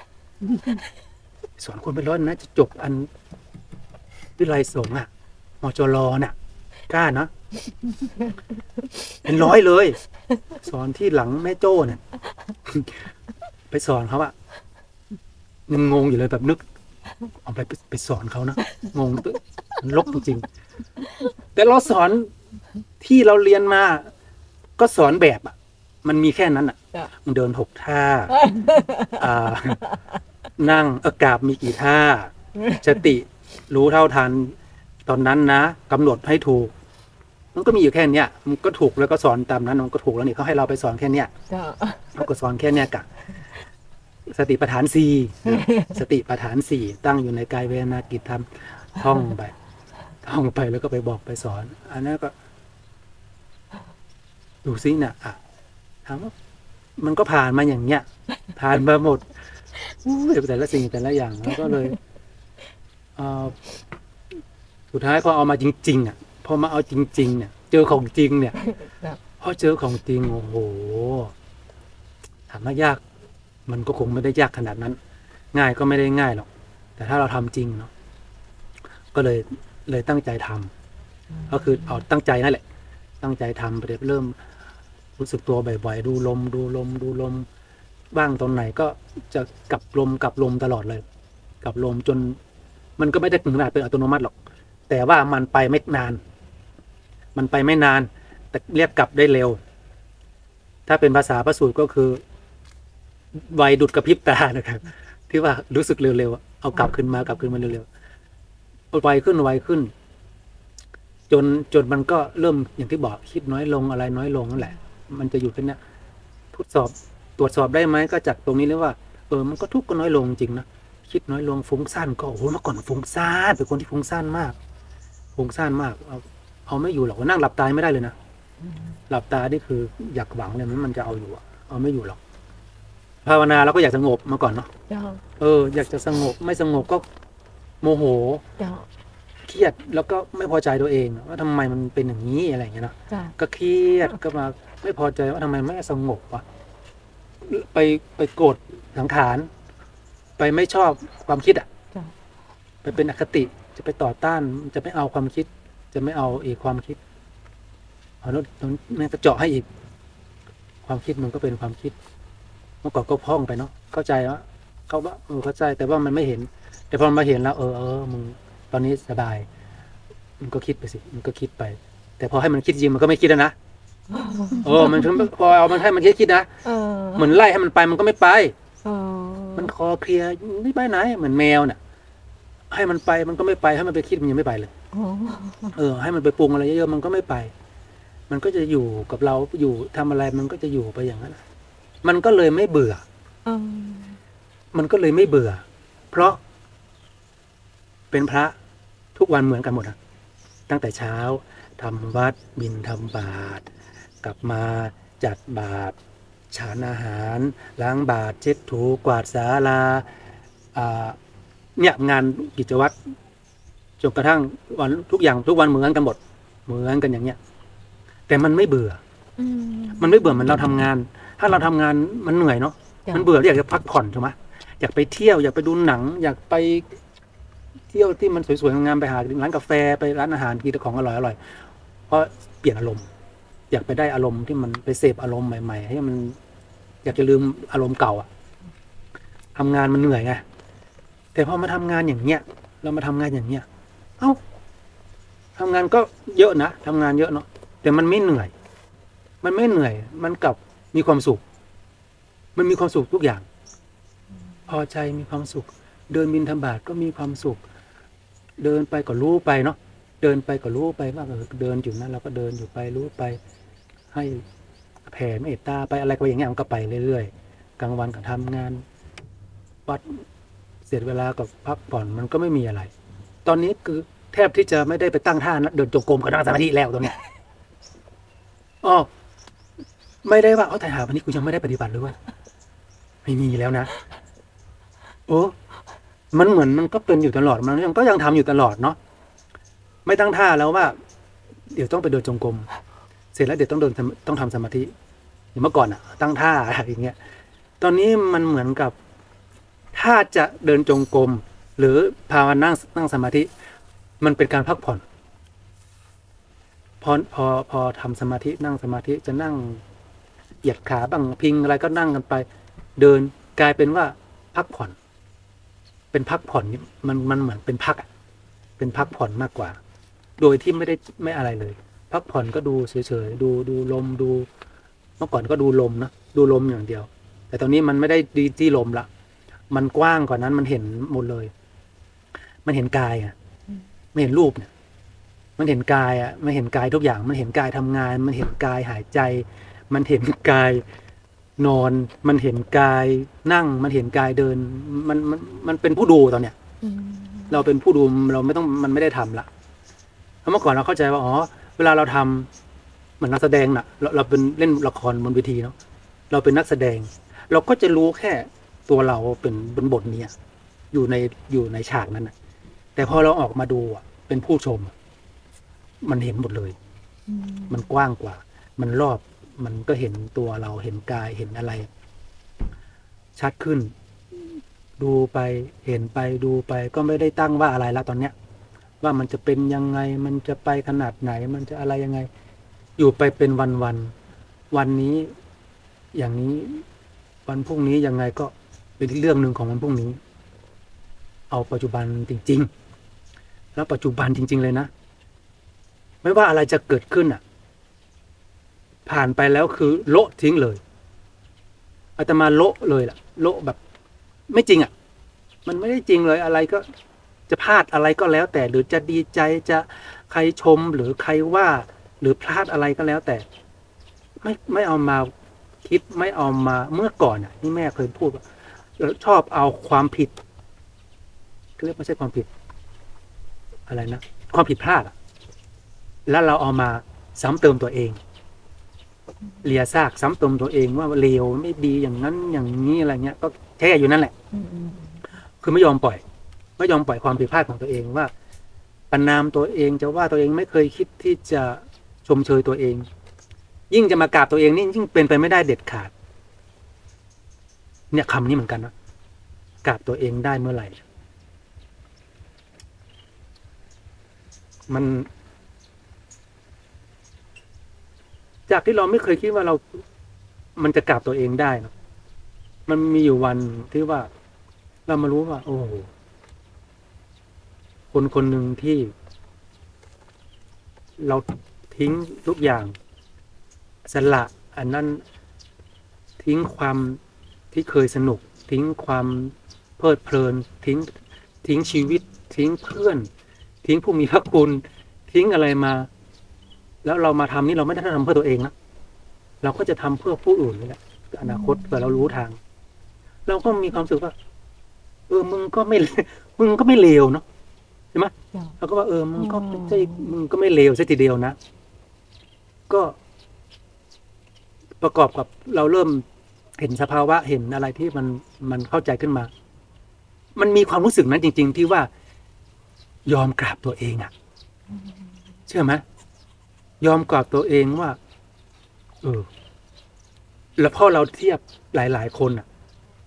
สอนคนเป็นร้อยนะจะจบอันวิไลสงฆ์อ่ะมจรน่ะกล้านะเป็นร้อยเลย สอนที่หลังแม่โจ้เนี่ย ไปสอนเขาอะยังงงอยู่เลยแบบนึกเอาไปไปสอนเขานะงงตึ๊ะมันลกจริงๆแต่เราสอนที่เราเรียนมา ก็สอนแบบอะมันมีแค่นั้นอะจ้ะมันเดินหกท่า อ่า นั่งเออกราบมีกี่ท่า สติรู้เท่าทัน ตอนนั้นนะกำหนดให้ถูก มันก็มีอยู่แค่เนี้ยมันก็ถูกแล้วก็สอนตามนั้นมันก็ถูกแล้วนี่เขาให้เราไปสอนแค่เนี้ยจ้ะเขาก็สอนแค่เนี้ยกะสติปัฏฐานสี่สติปัฏฐานสี่ตั้งอยู่ในกายเวทนาจิตธรรมท่องไปท่องไปแล้วก็ไปบอกไปสอน อันนั้นก็ ดูซิเนี่ยอ่ะถามว่ามันก็ผ่านมาอย่างเงี้ย ผ่านมาหมดอุ้ยแต่ละสิ่งแต่ละอย่างแล้วก็เลยเอ่อสุดท้ายพอเอามาจริงๆอ่ะพอมาเอาจริง ๆ เนี่ย เจอของจริงเนี่ยจ้ะพอเจอของจริงโอ้โหถามว่ายาก มันก็คงไม่ได้ยากขนาดนั้น ง่ายก็ไม่ได้ง่ายหรอก แต่ถ้าเราทำจริงเนาะก็เลยเลยตั้งใจทำก็คือเอาตั้งใจนั่นแหละ ตั้งใจทำไปเริ่มรู้สึกตัวบ่อยๆดูลมดูลมดูลมบ้างตอนไหนก็จะกลับลมกลับลมตลอดเลยกลับลมจน มันก็ไม่ได้ถึงขนาดเป็นอัตโนมัติหรอก แต่ว่ามันไปไม่นาน มันไปไม่นาน แต่เรียกกลับได้เร็ว ถ้าเป็นภาษาพระสูตรก็คือไวดุดกระพริบตานะครับ ที่ว่ารู้สึกเร็วๆเอากลับขึ้นมากลับขึ้นมาเร็วๆไวขึ้นไวขึ้น จนจนมันก็เริ่มอย่างที่บอกคิดน้อยลงอะไรน้อยลงนั่นแหละ มันจะอยู่แค่นี้ทดสอบตรวจสอบได้ไหมก็จากตรงนี้เลยว่าเออมันก็ทุกข์ก็น้อยลงจริงนะคิดน้อยลงฟุ้งซ่านก็โอ้โหเมื่อก่อนฟุ้งซ่านเป็นคนที่ฟุ้งซ่านมากฟุ้งซ่านมากเอาเอาไม่อยู่หรอกนั่งหลับตาไม่ได้เลยนะหลับตานี่คืออยากหวังเลยมันมันจะเอาอยู่อะเอาไม่อยู่หรอกภาวนาเราก็อยากสงบมาก่อนเนาะจ้ะเอออยากจะสงบไม่สงบก็โมโหจ้ะเครียดแล้วก็ไม่พอใจตัวเองว่าทำไมมันเป็นอย่างนี้อะไรอย่างเงี้ยเนาะจ้ะก็เครียดก็มาไม่พอใจว่าทำไมไม่สงบวะไปไปโกรธสังขารไปไม่ชอบความคิดอ่ะจ้ะไปเป็นอคติจะไปต่อต้านจะไม่เอาความคิด จะไม่เอาอีกความคิดเอาแล้วนั่นก็เจาะให้อีก ความคิดมันก็เป็นความคิด เมื่อก่อนก็พ้องไปเนาะเข้าใจว่าเขาว่าเออเข้าใจแต่ว่ามันไม่เห็น แต่พอมาเห็นแล้ว เออเออมึงตอนนี้สบายมันก็คิดไปสิมันก็คิดไป แต่พอให้มันคิดจริงมันก็ไม่คิดแล้วนะเออมันถึงพอเอามันให้มันคิดคิดนะเออเหมือนไล่ให้มันไปมันก็ไม่ไปอ๋อมันคอเคลียร์ไม่ไปไหนเหมือนแมวเนี่ยให้มันไปมันก็ไม่ไปให้มันไปคิดมันยังไม่ไปเลยอ๋อเออให้มันไปปรุงอะไรเยอะๆมันก็ไม่ไป มันก็จะอยู่กับเราอยู่ทำอะไรมันก็จะอยู่ไปอย่างนั้นน่ะมันก็เลยไม่เบื่ออ๋อมันก็เลยไม่เบื่อ เพราะ เป็นพระทุกวันเหมือนกันหมดนะตั้งแต่เช้าทำวัดบิณฑบาตกลับมาจัดบาตรฉันอาหาร ล้างบาตรเช็ดถูกวาดศาลาอ่าเนี่ยงานกิจวัตรจนกระทั่งวันทุกอย่างทุกวันเหมือนกันหมดเหมือนกันอย่างเงี้ยแต่มันไม่เบื่ออืมมันไม่เบื่อเหมือนเราทำงาน ถ้าเราทำงานมันเหนื่อยเนาะจ้ะมันเบื่ออยากจะพักผ่อนถูกไหมอยากไปเที่ยวอยากไปดูหนัง อยากไปเที่ยวที่มันสวยๆงามๆไปหาร้านกาแฟไปร้านอาหารกินของอร่อยๆเพราะเปลี่ยนอารมณ์ อยากไปได้อารมณ์ที่มันไปเสพอารมณ์ใหม่ๆให้มัน อยากจะลืมอารมณ์เก่าอะทำงานมันเหนื่อยไงแต่พอมาทำงานอย่างเงี้ย เรามาทำงานอย่างเงี้ย เอ้าทำงานก็เยอะนะทำงานเยอะเนาะแต่มันไม่เหนื่อย มันไม่เหนื่อย มันกลับมีความสุข มันมีความสุขทุกอย่าง พอใจมีความสุข เดินบิณฑบาตก็มีความสุข เดินไปก็รู้ไปเนาะเดินไปก็รู้ไปว่าเออเดินอยู่นั้นเราก็เดินอยู่ไปรู้ไป ให้แผ่เมตตาไปอะไรก็อย่างเงี้ยมันก็ไปเรื่อยๆกลางวันก็ทำงานวัดเสร็จเวลาก็พักผ่อนมันก็ไม่มีอะไร ตอนนี้คือแทบที่จะไม่ได้ไปตั้งท่านะเดินจงกรมกับนั่งสมาธิแล้วตรงเนี้ยอ๋อไม่ได้ว่าเอาแต่หาวันนี้กูยังไม่ได้ปฏิบัติเลยว่าไม่มีแล้วนะโอ้มันเหมือนมันก็เป็นอยู่ตลอดมันยังก็ยังทำอยู่ตลอดเนาะไม่ตั้งท่าแล้วว่า เดี๋ยวต้องไปเดินจงกรมเสร็จแล้วเดี๋ยวต้องเดินต้องทำสมาธิอย่างเมื่อก่อนอะตั้งท่าอะไรอย่างเงี้ยตอนนี้มันเหมือนกับถ้าจะเดินจงกรมหรือภาวนานั่งนั่งสมาธิมันเป็นการพักผ่อนพอพอพอทำสมาธินั่งสมาธิจะนั่งเหยียดขาบ้างพิงอะไรก็นั่งกันไป เดินกลายเป็นว่าพักผ่อน เป็นพักผ่อนมันมันเหมือนเป็นพักอะเป็นพักผ่อนมากกว่า โดยที่ไม่ได้ไม่อะไรเลย พักผ่อนก็ดูเฉยๆดูดูลมดู เมื่อก่อนก็ดูลมนะดูลมอย่างเดียว แต่ตอนนี้มันไม่ได้ดีที่ลมละมันกว้างกว่านั้นมันเห็นหมดเลย มันเห็นกายอ่ะไม่เห็นรูปเนี่ย มันเห็นกายอ่ะมันเห็นกายทุกอย่าง มันเห็นกายทำงาน มันเห็นกายหายใจ มันเห็นกายนอน มันเห็นกายนั่ง มันเห็นกายเดิน มันมันมันเป็นผู้ดูตอนเนี้ยอืมเราเป็นผู้ดูเราไม่ต้องมันไม่ได้ทำละเพราะเมื่อก่อนเราเข้าใจว่าอ๋อเวลาเราทำเหมือนนักแสดงน่ะ เราเราเป็นเล่นละครบนเวทีเนาะเราเป็นนักแสดง เราก็จะรู้แค่ตัวเราเป็นบนบทนี้อะอยู่ในอยู่ในฉากนั้นน่ะ แต่พอเราออกมาดูอ่ะเป็นผู้ชมอะมันเห็นหมดเลยอืมมันกว้างกว่า มันรอบมันก็เห็นตัวเราเห็นกายเห็นอะไร ชัดขึ้น ดูไปเห็นไปดูไปก็ไม่ได้ตั้งว่าอะไรแล้วตอนเนี้ย ว่ามันจะเป็นยังไง มันจะไปขนาดไหน มันจะอะไรยังไง อยู่ไปเป็นวันวันวันนี้ อย่างนี้ วันพรุ่งนี้ยังไงก็เป็นเรื่องหนึ่งของวันพรุ่งนี้ เอาปัจจุบันจริง ๆ แล้วปัจจุบันจริง ๆ เลยนะ ไม่ว่าอะไรจะเกิดขึ้นอ่ะ ผ่านไปแล้วคือโละทิ้งเลยอาตมาโละเลยล่ะโละแบบ ไม่จริงอ่ะ มันไม่ได้จริงเลยอะไรก็จะพลาดอะไรก็แล้ว แต่หรือจะดีใจจะใครชมหรือใครว่าหรือพลาดอะไรก็แล้ว แต่ ไม่ไม่เอามาคิดไม่เอามาเมื่อก่อนอ่ะที่แม่เคยพูดว่าชอบเอาความผิดเรียกไม่ใช่ความผิด อะไรนะความผิดพลาดอ่ะ แล้วเราเอามาซ้ำเติมตัวเองเลียซากซ้ำเติมตัวเองว่าเลวไม่ดีอย่างนั้นอย่างนี้อะไรเงี้ย ก็แช่อยู่นั่นแหละอืมอืมคือไม่ยอมปล่อย ไม่ยอมปล่อยความผิดพลาดของตัวเองว่าประนามตัวเองจะว่าตัวเองไม่เคยคิดที่จะชมเชยตัวเอง ยิ่งจะมากราบตัวเองนี่ยิ่งเป็นไปไม่ได้เด็ดขาด เนี่ยคำนี้เหมือนกันนะกราบตัวเองได้เมื่อไหร่ มัน จากที่เราไม่เคยคิดว่าเรา มันจะกราบตัวเองได้นะมันมีอยู่วันที่ว่า เรามารู้ว่า โอ้โหคนคนหนึ่งที่เราทิ้งทุกอย่างสละอันนั้นทิ้งความที่เคยสนุก ทิ้งความเพลิดเพลิน ทิ้ง ทิ้งชีวิต ทิ้งเพื่อน ทิ้งผู้มีพระคุณ ทิ้งอะไรมา แล้วเรามาทำนี่เราไม่ได้ทำเพื่อตัวเองนะเราก็จะทำเพื่อผู้อื่นนี่แหละอนาคตเผื่อเรารู้ทาง เราก็มีความรู้สึกว่า เออมึงก็ไม่ มึงก็ไม่เลวเนาะใช่ไหมจ้ะเราก็ว่าเออมึงก็อืมไม่ใช่มึงก็ไม่เลวซะทีเดียวนะ ก็ ประกอบกับเราเริ่มเห็นสภาวะเห็นอะไรที่มันมันเข้าใจขึ้นมา มันมีความรู้สึกนั้นจริง ๆ ที่ว่ายอมกราบตัวเองอะ่ะ เชื่อไหมยอมกับตัวเองว่าเออแล้วพอเราเทียบหลายๆคนอ่ะ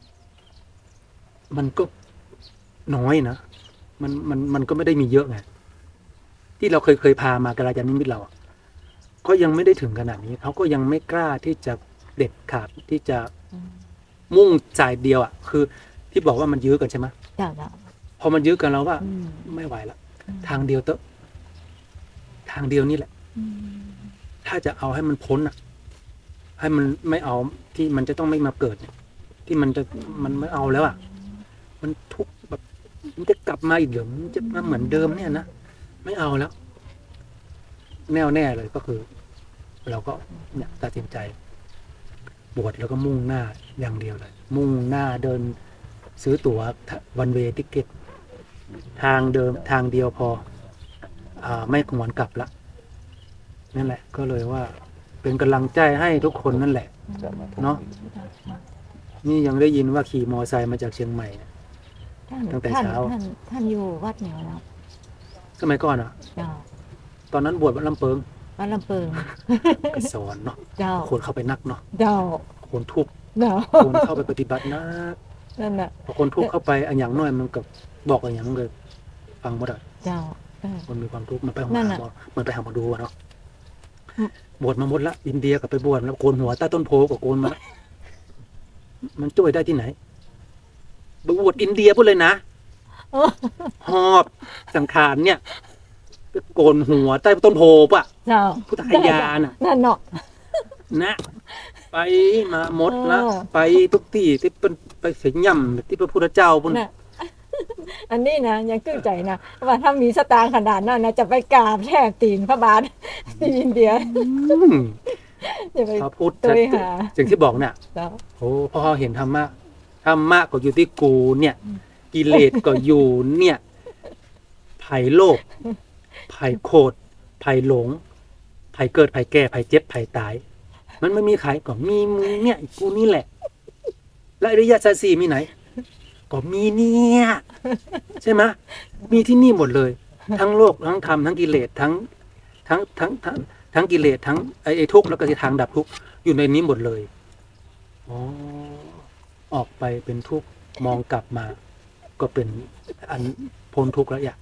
มันก็น้อยนะมันมันมันก็ไม่ได้มีเยอะไงที่เราเคยเคยพามากระยาณมิตรเราก็ยังไม่ได้ถึงขนาดนี้เขาก็ยังไม่กล้าที่จะเด็ดขาดที่จะมุ่งจ่ายเดียวอ่ะคือที่บอกว่ามันยื้อกันใช่ไหมเจ้าเจ้าพอมันยื้อกันแล้วว่าอืมไม่ไหวแล้วทางเดียวเตอะทางเดียวนี่แหละอืมถ้าจะเอาให้มันพ้นอ่ะ ให้มันไม่เอาที่มันจะต้องไม่มาเกิดเนี่ยที่มันจะมันไม่เอาแล้วอ่ะ มันทุกข์แบบมันจะกลับมาอีกเหรือมันจะมาเหมือนเดิมเนี่ยนะไม่เอาแล้ว แน่วแน่เลยก็คือ เราก็เนี่ยตัดสินใจ บวชแล้วก็มุ่งหน้าอย่างเดียวเลย มุ่งหน้าเดินซื้อตั๋ววันเวทิเก็ตทางเดิมทางเดียวพอ อ่า ไม่หวนกลับละนั่นแหละ ก็เลยว่า เป็นกำลังใจให้ทุกคนนั่นแหละ เนาะนี่ยังได้ยินว่าขี่มอไซค์มาจากเชียงใหม่ท่านตั้งแต่ท่านเช้าท่านท่านอยู่วัดเหนือแล้วสมัยก่อนอ่ะเจ้าตอนนั้นบวชวัดลำเปิงวัดลำเปิงก็สอนเนาะเจ้าคนเข้าไปนักเนาะเจ้าคนทุกข์เจ้าคนเข้าไปปฏิบัตินักนั่นน่ะพอคนทุกข์เข้าไปอันอย่างน้อยมันกับบอกอันอย่างมันก็ฟังหมดอ่ะเจ้าเออคนมีความทุกข์มันไปหานั่นหน่ะมอมันไปหาหมอดูอะเนาะอืมบวชมาหมดละอินเดียกับไปบวชแล้วโกนหัวใต้ต้นโพกับโกนมาละมันช่วยได้ที่ไหนไปบวชอินเดียพูดเลยนะหอบสังขารเนี่ยไปโกนหัวใต้ต้นโพป่ะเจ้าพุทธายาน่ะนั่นเนาะนะไปมาหมดละเออไปทุกที่ที่เป็นไปเสียย่ำที่พระพุทธเจ้าพุ่นน่ะอันนี้นะยังตื้นใจนะว่าถ้ามีสตางค์ขนาดนั้นนะจะไปกราบแทบตีนพระบาทที่อินเดียอืมจะไปพระพุทธตัวหาสิ่งที่บอกเนี่ยเจ้าโอ้พอเห็นธรรมะธรรมะก็อยู่ที่กูเนี่ย กิเลสก็อยู่เนี่ยไผ่โลภไผ่โคตรไผ่หลงไผ่เกิดไผ่แก่ไผ่เจ็บไผ่ตาย มันไม่มีใครก็มีมึงเนี่ยกูนี่แหละ และอริยสัจสี่มีไหน ก็มีเนี่ยใช่ไหมมีที่นี่หมดเลย ทั้งโลกทั้งธรรมทั้งกิเลสทั้งทั้งทั้งทั้งทั้งกิเลสทั้งไอ้ไอ้ทุกข์แล้วก็ทางดับทุกข์อยู่ในนี้หมดเลยอ๋อออกไปเป็นทุกข์มองกลับมา ก็เป็นอันพ้นทุกข์แล้วอย่าง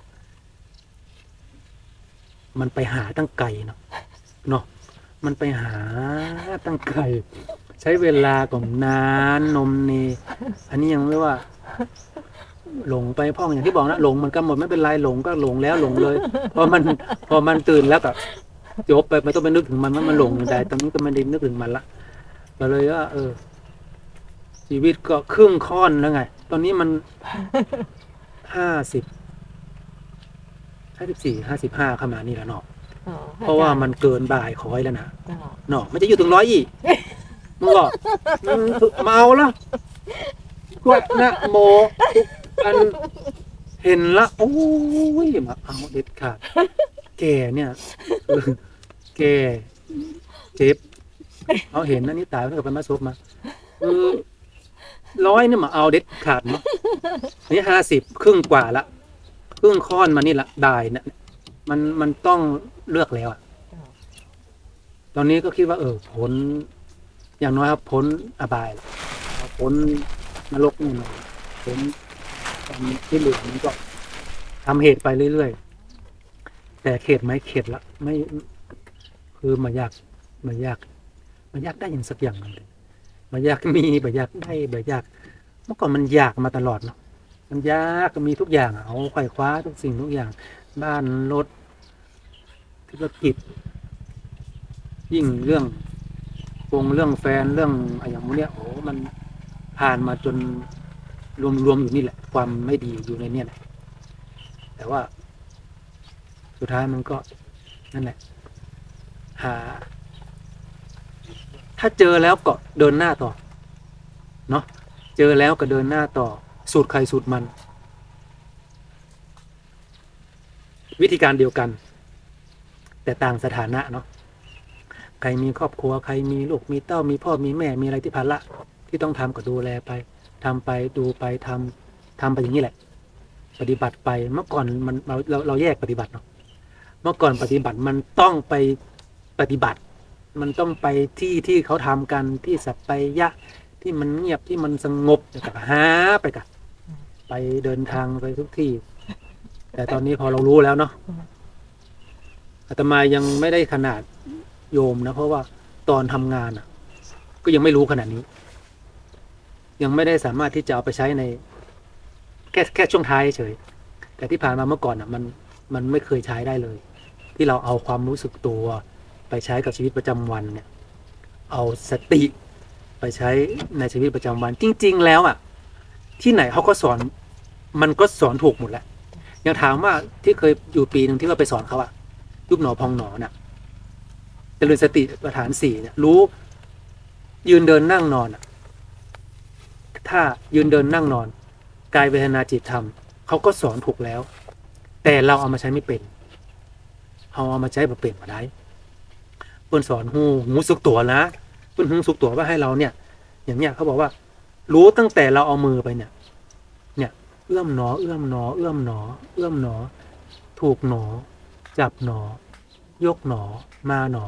มันไปหาตั้งไกลเนาะเนาะมันไปหาตั้งไกลใช้เวลาก็นานนมเนอันนี้ยังเรียกว่า หลงไปพ่องอย่างที่บอกนะหลงมันก็หมดไม่เป็นไรหลงก็หลงแล้วหลงเลยพอมันพอมันตื่นแล้วก็จบไปไม่ต้องไปนึกถึงมันว่ามันหลงแต่ตอนนี้ก็ไม่ได้นึกถึงมันละก็เลยว่าเออ ชีวิตก็ครึ่งค่อนแล้วไง ตอนนี้มันห้าสิบห้าสิบสี่ห้าสิบห้าเข้ามานี่แล้วเนาะอ๋อเพราะว่ามันเกินบ่ายคอยแล้วนะเจ้าเนาะมันจะอยู่ถึงร้อยอีกมึงบอกมึงเมาแล้วกวดนะโมทุกอันเห็นละโอ้ยมาเอาเด็ดขาดแกเนี่ยเออแกเจ็บเอาเห็นนะนี่ตายแล้วก็ไปมาซบมาเออร้อยเนี่ยมาเอาเด็ดขาดเนาะอันนี้ห้าสิบครึ่งกว่าละครึ่งค่อนมานี่ละได้เนี่ยมันมันต้องเลือกแล้วอะเจ้าตอนนี้ก็คิดว่า เออพ้นอย่างน้อยครับพ้นอบายพ้นนรกนี่นะพ้นความที่เหลือมันก็ทำเหตุไปเรื่อยๆแต่เข็ดไหมเข็ดละไม่คือมาอยากมาอยากมาอยากได้อย่างสักอย่างหนึงเลยมาอยากมีมาอยากได้มาอยากเมื่อก่อนมันอยากมาตลอดเนาะมันอยากมีทุกอย่างอะเอาไขว่คว้าทุกสิ่งทุกอย่าง บ้านรถธุรกิจ ยิ่งเรื่องวงเรื่องแฟนเรื่องอะไรอย่างเนี้ยโอ้มันผ่านมาจนรวมๆอยู่นี่แหละ ความไม่ดีอยู่ในเนี้ยแหละแต่ว่า สุดท้ายมันก็นั่นแหละ หา ถ้าเจอแล้วก็เดินหน้าต่อเนาะเจอแล้วก็เดินหน้าต่อ สูตรใครสูตรมัน วิธีการเดียวกัน แต่ต่างสถานะเนาะใครมีครอบครัวใครมีลูกมีเต้ามีพ่อมีแม่มีอะไรที่ภาระที่ต้องทำก็ดูแลไปทำไปดูไปทำทำไปอย่างนี้แหละ ปฏิบัติไปเมื่อก่อนมันเราเราเราแยกปฏิบัติเนาะเมื่อก่อนปฏิบัติมันต้องไปปฏิบัติ มันต้องไปที่ที่เขาทำกันที่สัปปายะที่มันเงียบที่มันสงบจะหาไปกันไปเดินทางไปทุกที่ แต่ตอนนี้พอเรารู้แล้วเนาะอาตมายังไม่ได้ขนาดโยมนะเพราะว่าตอนทำงานอ่ะ ก็ยังไม่รู้ขนาดนี้ ยังไม่ได้สามารถที่จะเอาไปใช้ในแค่แค่ช่วงท้ายเฉยแต่ที่ผ่านมาเมื่อก่อนอ่ะ มันมันไม่เคยใช้ได้เลย ที่เราเอาความรู้สึกตัวไปใช้กับชีวิตประจำวันเนี่ย เอาสติไปใช้ในชีวิตประจำวัน จริงๆแล้วอ่ะ ที่ไหนเขาก็สอนมันก็สอนถูกหมดแหละยังถามว่าที่เคยอยู่ปีหนึ่งที่ว่าไปสอนเขาอะยุบหนอพองหนอน่ะเจริญสติปัฏฐานสี่เนี่ยรู้ยืนเดินนั่งนอนอะถ้ายืนเดินนั่งนอนกายเวทนาจิตธรรมเขาก็สอนถูกแล้ว แต่เราเอามาใช้ไม่เป็นเอาเอามาใช้แบบเปลี่ยนมาได้เปิ้นสอนหูหูสุกตัวนะเปิ้นหูสุกตัวว่าให้เราเนี่ย อย่างเนี้ยเขาบอกว่า รู้ตั้งแต่เราเอามือไปเนี่ย เนี่ย เอื้อมหนอ เอื้อมหนอ เอื้อมหนอ เอื้อมหนอ ถูกหนอ จับหนอ ยกหนอ มาหนอ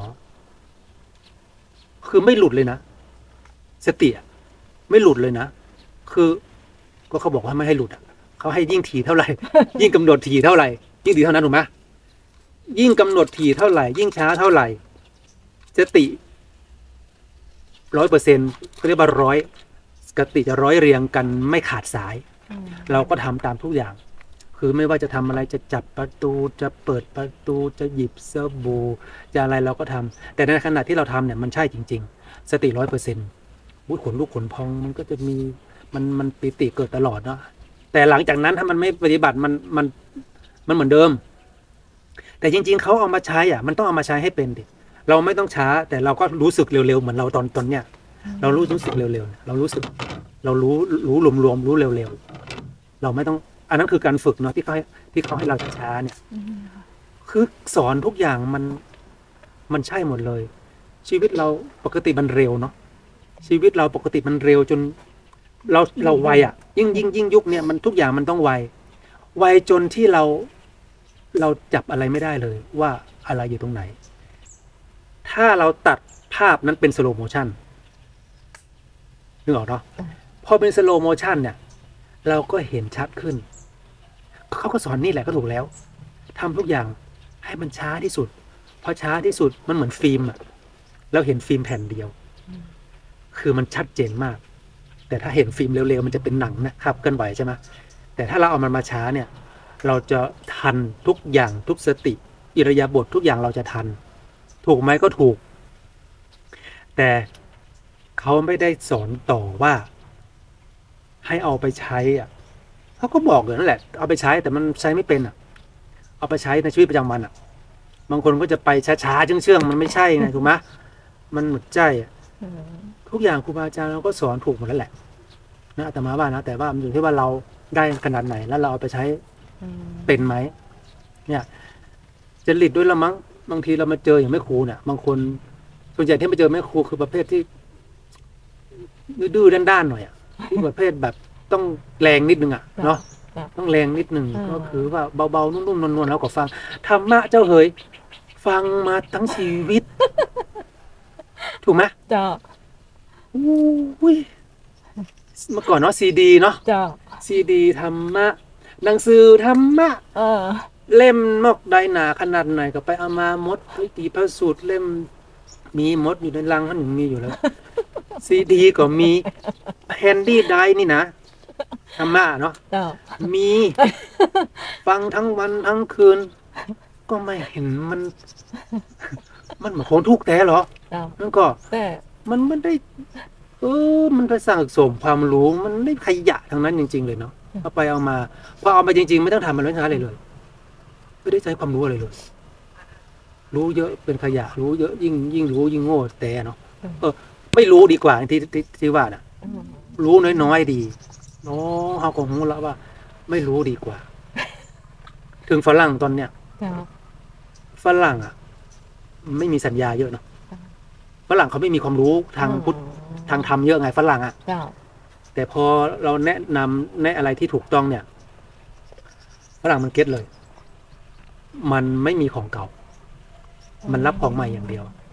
คือไม่หลุดเลยนะสติไม่หลุดเลยนะคือก็เขาบอกว่าไม่ให้หลุดอ่ะเขาให้ยิ่งถี่เท่าไหร่ ยิ่งกำหนดถี่เท่าไหร่ยิ่งดีเท่านั้นถูกไหมยิ่งกำหนดถี่เท่าไหร่ยิ่งช้าเท่าไหร่สติร้อยเปอร์เซ็นต์เขาเรียกว่าร้อยสติจะร้อยเรียงกันไม่ขาดสายเราก็ทำตามทุกอย่างคือไม่ว่าจะทำอะไรจะจับประตูจะเปิดประตูจะหยิบเสื้อบูจะอะไรเราก็ทำแต่ในขณะที่เราทำเนี่ยมันใช่จริงๆสติร้อยเปอร์เซ็นต์ขนลุกขนพองมันก็จะมีมันมันปิติเกิดตลอดเนาะแต่หลังจากนั้นถ้ามันไม่ปฏิบัติมันมันมันเหมือนเดิมแต่จริงๆเขาเอามาใช้อ่ะมันต้องเอามาใช้ให้เป็นดิเราไม่ต้องช้าแต่เราก็รู้สึกเร็วๆเหมือนเราตอนตอนเนี้ยเรารู้รู้สึกเร็วๆเรารู้สึกเรารู้รู้รวมๆรู้เร็วๆเราไม่ต้องอันนั้นคือการฝึกเนาะที่เขาให้ที่เขาให้เราช้าเนี่ยคือสอนทุกอย่างมันมันใช่หมดเลยชีวิตเราปกติมันเร็วเนาะชีวิตเราปกติมันเร็วจนเราเราไวอ่ะยิ่งยิ่งยิ่งยุคเนี่ยมันทุกอย่างมันต้องไวไวจนที่เราเราจับอะไรไม่ได้เลยว่าอะไรอยู่ตรงไหนถ้าเราตัดภาพนั้นเป็นสโลโมชันนึกออกเนาะพอเป็นสโลโมชันเนี่ยเราก็เห็นชัดขึ้นเขาก็สอนนี่แหละก็ถูกแล้วทำทุกอย่างให้มันช้าที่สุดพอช้าที่สุดมันเหมือนฟิล์มอะเราเห็นฟิล์มแผ่นเดียวคือมันชัดเจนมากแต่ถ้าเห็นฟิล์มเร็วๆมันจะเป็นหนังนะครับเคลื่อนไหวใช่ไหมแต่ถ้าเราเอามันมาช้าเนี่ยเราจะทันทุกอย่างทุกสติอิริยาบถทุกอย่างเราจะทันถูกไหมก็ถูกแต่เขาไม่ได้สอนต่อว่าให้เอาไปใช้อ่ะเขาก็บอกอยู่นั่นแหละเอาไปใช้แต่มันใช้ไม่เป็นอ่ะเอาไปใช้ในชีวิตประจำวันอ่ะบางคนก็จะไปช้าๆเชื่องๆมันไม่ใช่ไงถูกไหมมันหมดใจอ่ะทุกอย่างครูบาอาจารย์เราก็สอนถูกหมดแล้วแหละนะอาตมาว่านะแต่ว่ามันอยู่ที่ว่าเราได้ขนาดไหนแล้วเราเอาไปใช้เป็นไหมเนี่ยจริตด้วยละมั้งบางทีเรามาเจออย่างแม่ครูเนี่ยบางคนส่วนใหญ่ที่มาเจอแม่ครูคือประเภทที่ดื้อๆด้านๆหน่อยอ่ะที่ประเภทแบบต้องแรงนิดนึงอ่ะเนาะต้องแรงนิดนึงก็คือว่าเบาๆนุ่มๆนวลๆแล้วก็ฟังธรรมะเจ้าเอ๋ยฟังมาทั้งชีวิตถูกไหมจ้าอุ้ยเมื่อก่อนเนาะซีดีเนาะจ้าซีดีธรรมะหนังสือธรรมะเออเล่มนอกใดหนาขนาดไหนก็ไปเอามามดวิธีพระสูตรเล่มมีมดอยู่ในลังท่านมีอยู่แล้วซีดีก็มีแฮนดี้ไดนี่นะธรรมะเนาะมีฟังทั้งวันทั้งคืนก็ไม่เห็นมันมันเหมือนของทุกข์แท้หรอนั่นก็แต่มันไม่ได้เออมันไปสั่งสมความรู้มันได้ขยะทั้งนั้นจริงๆเลยเนาะเอาไปเอามาพอเอาไปจริงๆไม่ต้องทำมันไม่ใช่อะไรเลยไม่ได้ใช้ความรู้อะไรเลยรู้เยอะเป็นขยะรู้เยอะยิ่งยิ่งรู้ยิ่งโง่แต่เนาะเออไม่รู้ดีกว่าที่ที่ที่ว่าน่ะรู้น้อยๆดีเนาะเขาก็รู้แล้วว่าไม่รู้ดีกว่าถึงฝรั่งตอนเนี้ยฝรั่งอ่ะไม่มีสัญญาเยอะเนาะฝรั่งเขาไม่มีความรู้ทางพุทธทางธรรมเยอะไงฝรั่งอ่ะแต่พอเราแนะนำแนะอะไรที่ถูกต้องเนี่ยฝรั่งมันเก็ตเลยมันไม่มีของเก่ามันรับของใหม่อย่างเดียว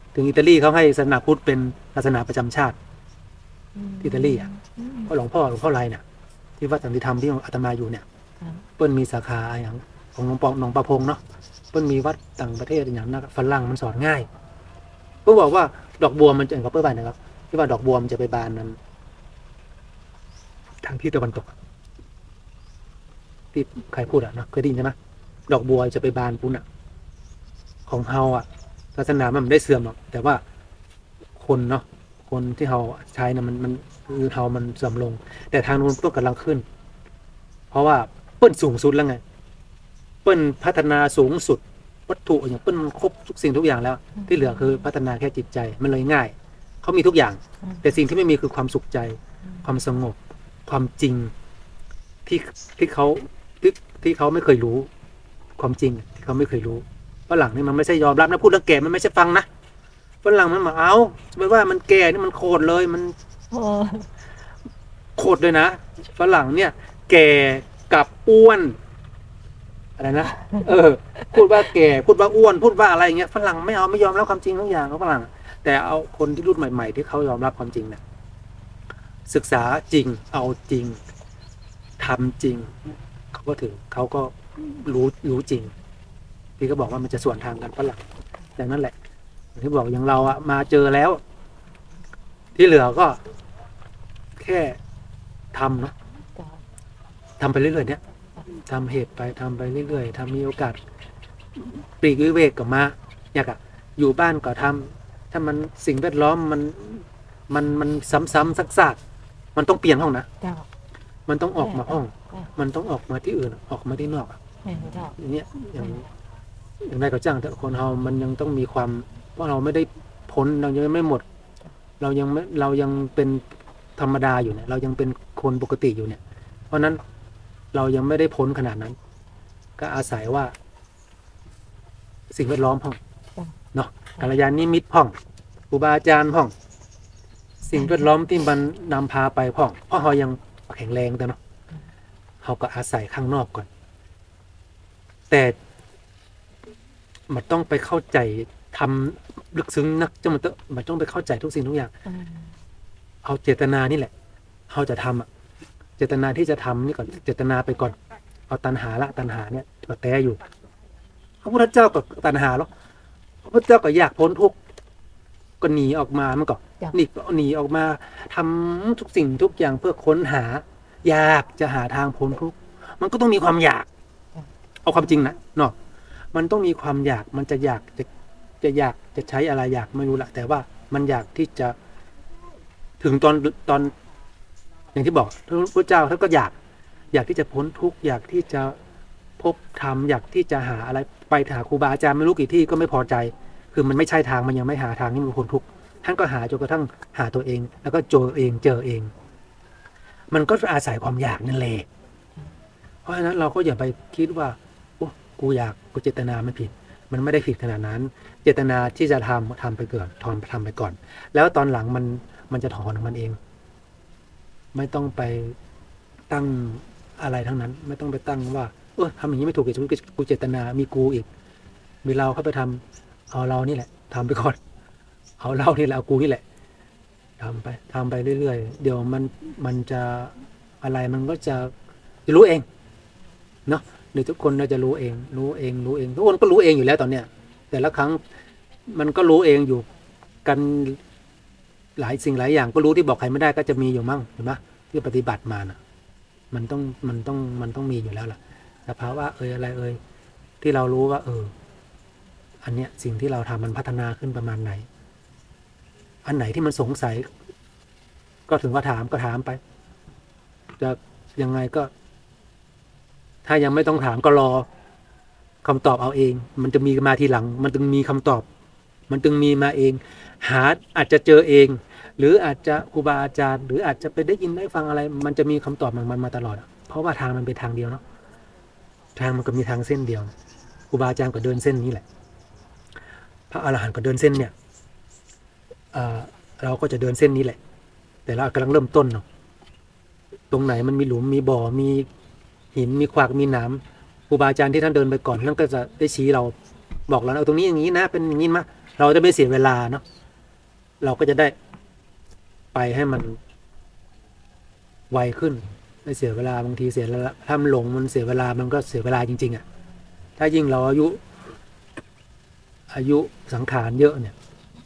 ถึงอิตาลีเขาให้ศาสนาพุทธเป็นศาสนาประจำชาติอืมอิตาลีอ่ะอืมเพราะหลวงพ่อหลวงพ่อไรเนี่ยที่วัดสันติธรรมที่อาตมาอยู่เนี่ยครับเปิ้ลมีสาขาอย่างของหลวงปองหลวงประพงษ์เนาะเปิ้ลมีวัดต่างประเทศอย่างนั้นฝรั่งมันสอนง่ายเปิ้ลบอกว่าดอกบัวมันจะกับเปิ้ลบ้านนะครับที่ว่าดอกบัวมันจะไปบานนั้นทางที่ตะวันตกที่ใครพูดอ่ะเนาะเคยได้ยินใช่ไหมดอกบัวจะไปบานปุ้นอ่ะของเฮาอ่ะศาสนามันไม่ได้เสื่อมหรอกแต่ว่าคนเนาะคนที่เฮาใช้นะมันมันคือเฮามันเสื่อมลง แต่ทางนู้นเปิ้ลกำลังขึ้น เพราะว่าเปิ้ลสูงสุดแล้วไงเปิ้ลพัฒนาสูงสุดวัตถุอย่างเปิ้ลครบทุกสิ่งทุกอย่างแล้ว ที่เหลือคือพัฒนาแค่จิตใจมันเลยง่ายเขามีทุกอย่าง แต่สิ่งที่ไม่มีคือความสุขใจ ความสงบ ความจริงที่ที่เขาที่ที่เขาไม่เคยรู้ ความจริงที่เขาไม่เคยรู้ฝรั่งนี่มันไม่ใช่ยอมรับนะพูดแล้วแก่มันไม่ใช่ฟังนะฝรั่งมันมาเอาจะไปว่ามันแก่นี่มันโคตรเลยมันโอ้โคตรเลยนะฝรั่งเนี่ย แก่กับอ้วนอะไรนะเออ พูดว่าแก่พูดว่าอ้วน พูดว่าอะไรอย่างเงี้ยฝรั่งไม่เอาไม่ยอมรับความจริงทุกอย่างเขาฝรั่งแต่เอาคนที่รุ่นใหม่ๆที่เขายอมรับความจริงเนี่ยศึกษาจริง เอาจริงทำจริงเขาก็ถึงเขาก็รู้รู้จริงพี่ก็บอกว่ามันจะส่วนทางกันฝรั่งแต่นั่นแหละอย่างที่บอกอย่างเราอะมาเจอแล้ว ที่เหลือก็แค่ทำเนาะจ้ะทำไปเรื่อยๆเนี่ยทำเหตุไปทำไปเรื่อยๆทำมีโอกาสปลีกวิเวกกับมาอยากอะอยู่บ้านก็ทำถ้ามันสิ่งแวดล้อมมันมันมันซ้ำๆซักๆมันต้องเปลี่ยนห้องนะจ้ะมันต้องออกมาห้องจ้ะมันต้องออกมาที่อื่นออกมาที่นอกอะแม่นจ้ะอย่างเงี้ยอย่างอย่างไรก็จ้างแต่คนเรามันยังต้องมีความเพราะเราไม่ได้พ้นเรายังไม่หมด เรายังไม่เรายังเป็นธรรมดาอยู่เนี่ยเรายังเป็นคนปกติอยู่เนี่ย เพราะนั้นเรายังไม่ได้พ้นขนาดนั้น ก็อาศัยว่า สิ่งแวดล้อมห้องเนาะกัลยาณมิตรห้องครูบาอาจารย์ห้อง สิ่งแวดล้อมที่มันนำพาไปห้องเพราะเรายังแข็งแรงแต่เนาะเราก็อาศัยข้างนอกก่อน แต่มันต้องไปเข้าใจทำลึกซึ้งนักจะมันต้องมันต้องไปเข้าใจทุกสิ่งทุกอย่างอืมเอาเจตนานี่แหละเราจะทำอ่ะ เจตนาที่จะทำนี่ก่อน เจตนาไปก่อน เอาตัณหาละตัณหาเนี่ยก็แต้อยู่ พระพุทธเจ้ากับตัณหาหรอกพระพุทธเจ้าก็อยากพ้นทุกข์ก็หนีออกมามันก็นี่ก็หนีออกมาทำทุกสิ่งทุกอย่างเพื่อค้นหา อยากจะหาทางพ้นทุกข์มันก็ต้องมีความอยาก เอาความจริงนะเนาะมันต้องมีความอยาก มันจะอยากจะจะอยากจะใช้อะไรอยากไม่รู้ละแต่ว่ามันอยากที่จะถึงตอนตอนอย่างที่บอกพระเจ้าท่านก็อยาก อยากที่จะพ้นทุกข์อยากที่จะพบธรรมอยากที่จะหาอะไรไปหาครูบาอาจารย์ไม่รู้กี่ที่ก็ไม่พอใจ คือมันไม่ใช่ทางมันยังไม่หาทางที่มันพ้นทุกข์ท่านก็หาจนกระทั่งหาตัวเอง แล้วก็เจอเองเจอเอง มันก็อาศัยความอยากนั่นแหละเพราะฉะนั้นเราก็อย่าไปคิดว่าโอ้กูอยากกูเจตนาไม่ผิด มันไม่ได้ผิดขนาดนั้น เจตนาที่จะทำทำไปก่อนถอนทำไปก่อน แล้วตอนหลังมันมันจะถอนของมันเอง ไม่ต้องไปตั้งอะไรทั้งนั้น ไม่ต้องไปตั้งว่าเออทำอย่างนี้ไม่ถูกอีกกูเจตนามีกูอีกมีเราเข้าไปทำเอาเรานี่แหละทำไปก่อนเอาเรานี่แหละเอากูนี่แหละทำไปทำไปเรื่อยๆเดี๋ยวมันมันจะอะไรมันก็จะจะรู้เองเนาะเดี๋ยวทุกคนเราจะรู้เอง รู้เองรู้เองทุกคนก็รู้เองอยู่แล้วตอนเนี้ยแต่ละครั้งมันก็รู้เองอยู่กันหลายสิ่งหลายอย่างก็รู้ที่บอกใครไม่ได้ก็จะมีอยู่มั่งเห็นไหมที่ปฏิบัติมานะมันต้องมันต้องมันต้องมีอยู่แล้วล่ะสภาวะเอ่ยอะไรเอ่ยที่เรารู้ว่า เออ อันเนี้ยสิ่งที่เราทำมันพัฒนาขึ้นประมาณไหน อันไหนที่มันสงสัย ก็ถึงว่าถามก็ถามไปจะยังไงก็ ถ้ายังไม่ต้องถามก็รอคำตอบเอาเอง มันจะมีมาทีหลัง มันจึงมีคำตอบ มันจึงมีมาเอง หาอาจจะเจอเอง หรืออาจจะครูบาอาจารย์ หรืออาจจะไปได้ยินได้ฟังอะไร มันจะมีคำตอบของมันมาตลอดเพราะว่าทางมันเป็นทางเดียวเนาะทางมันก็มีทางเส้นเดียวครูบาอาจารย์ก็เดินเส้นนี้แหละพระอรหันต์ก็เดินเส้นเนี่ยเอ่อเราก็จะเดินเส้นนี้แหละ แต่เรากำลังเริ่มต้นเนาะตรงไหนมันมีหลุมมีบ่อมีหินมีขวากมีหนามครูบาอาจารย์ที่ท่านเดินไปก่อนท่านก็จะได้ชี้เราบอกเราเอาตรงนี้อย่างนี้นะเป็นอย่างนี้มะเราจะไม่เสียเวลาเนาะเราก็จะได้ไปให้มันไวขึ้นไม่เสียเวลาบางทีเสียเวลาถ้ามันหลงมันเสียเวลามันก็เสียเวลาจริงๆอ่ะถ้ายิ่งเราอายุ อายุสังขารเยอะเนี่ย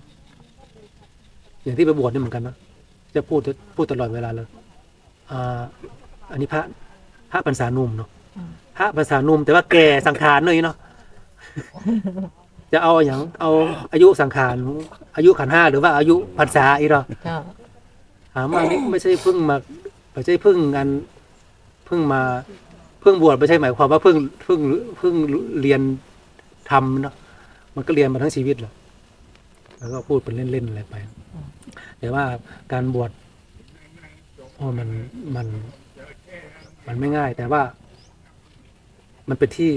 อย่างที่ไปบวชนี่เหมือนกันนะจะพูดพูดตลอดเวลาเลยอ่าอันนี้พระพระพรรษานุ่มเนาะพระพรรษานุ่มแต่ว่าแก่สังขารเลยเนาะ จะเอาอย่างเอาอายุสังขารอายุขันธ์ห้าหรือว่าอายุพรรษาอีกหรอจ้ะถามว่านี่ไม่ใช่เพิ่งมาไม่ใช่เพิ่งงานเพิ่งมาเพิ่งบวชไม่ใช่หมายความว่าเพิ่งเพิ่งเพิ่งเรียนทำเนาะมันก็เรียนมาทั้งชีวิตแหละแล้วก็พูดเป็นเล่นๆอะไรไปแต่ว่าการบวชโอ้มันมันมันไม่ง่าย แต่ว่ามันเป็นที่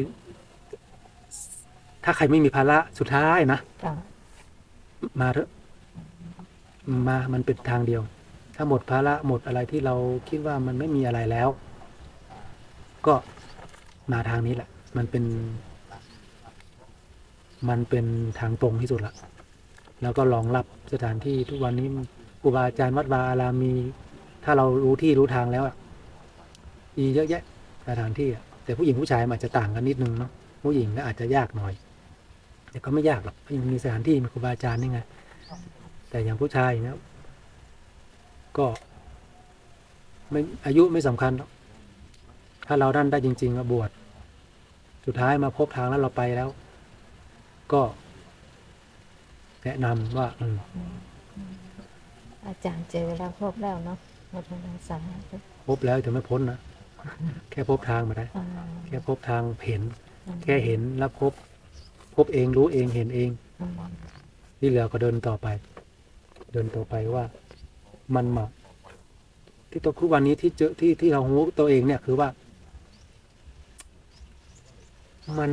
ถ้าใครไม่มีภาระสุดท้ายนะจ้ะมาเถอะมามันเป็นทางเดียว ถ้าหมดภาระหมดอะไรที่เราคิดว่ามันไม่มีอะไรแล้ว ก็มาทางนี้แหละ มันเป็น มันเป็นทางตรงที่สุดละแล้วก็รองรับสถานที่ทุกวันนี้ครูบาอาจารย์วัดวาอารามมี ถ้าเรารู้ที่รู้ทางแล้วอ่ะมีเยอะแยะสถานที่อ่ะแต่ผู้หญิงผู้ชายมันอาจจะต่างกันนิดนึงเนาะผู้หญิงก็อาจจะยากหน่อย แต่ก็ไม่ยากหรอกเพราะยังมีสถานที่มีครูบาอาจารย์นี่ไงแต่อย่างผู้ชายเนี่ยก็ไม่อายุไม่สำคัญหรอกถ้าเราดันได้จริงๆมาบวชสุดท้ายมาพบทางแล้วเราไปแล้ว ก็แนะนำว่าอืมอาจารย์เจอแล้วพบแล้วเนาะหมดพรรษาพบแล้วจะไม่พ้นนะแค่พบทางมาได้อ่าแค่พบทางเห็น แค่เห็นแล้วพบ พบเองรู้เองเห็นเองอืมที่เหลือก็เดินต่อไป เดินต่อไปว่ามันมาที่ตัวทุกวันนี้ที่เจอที่ที่เรารู้ตัวเองเนี่ยคือว่า มัน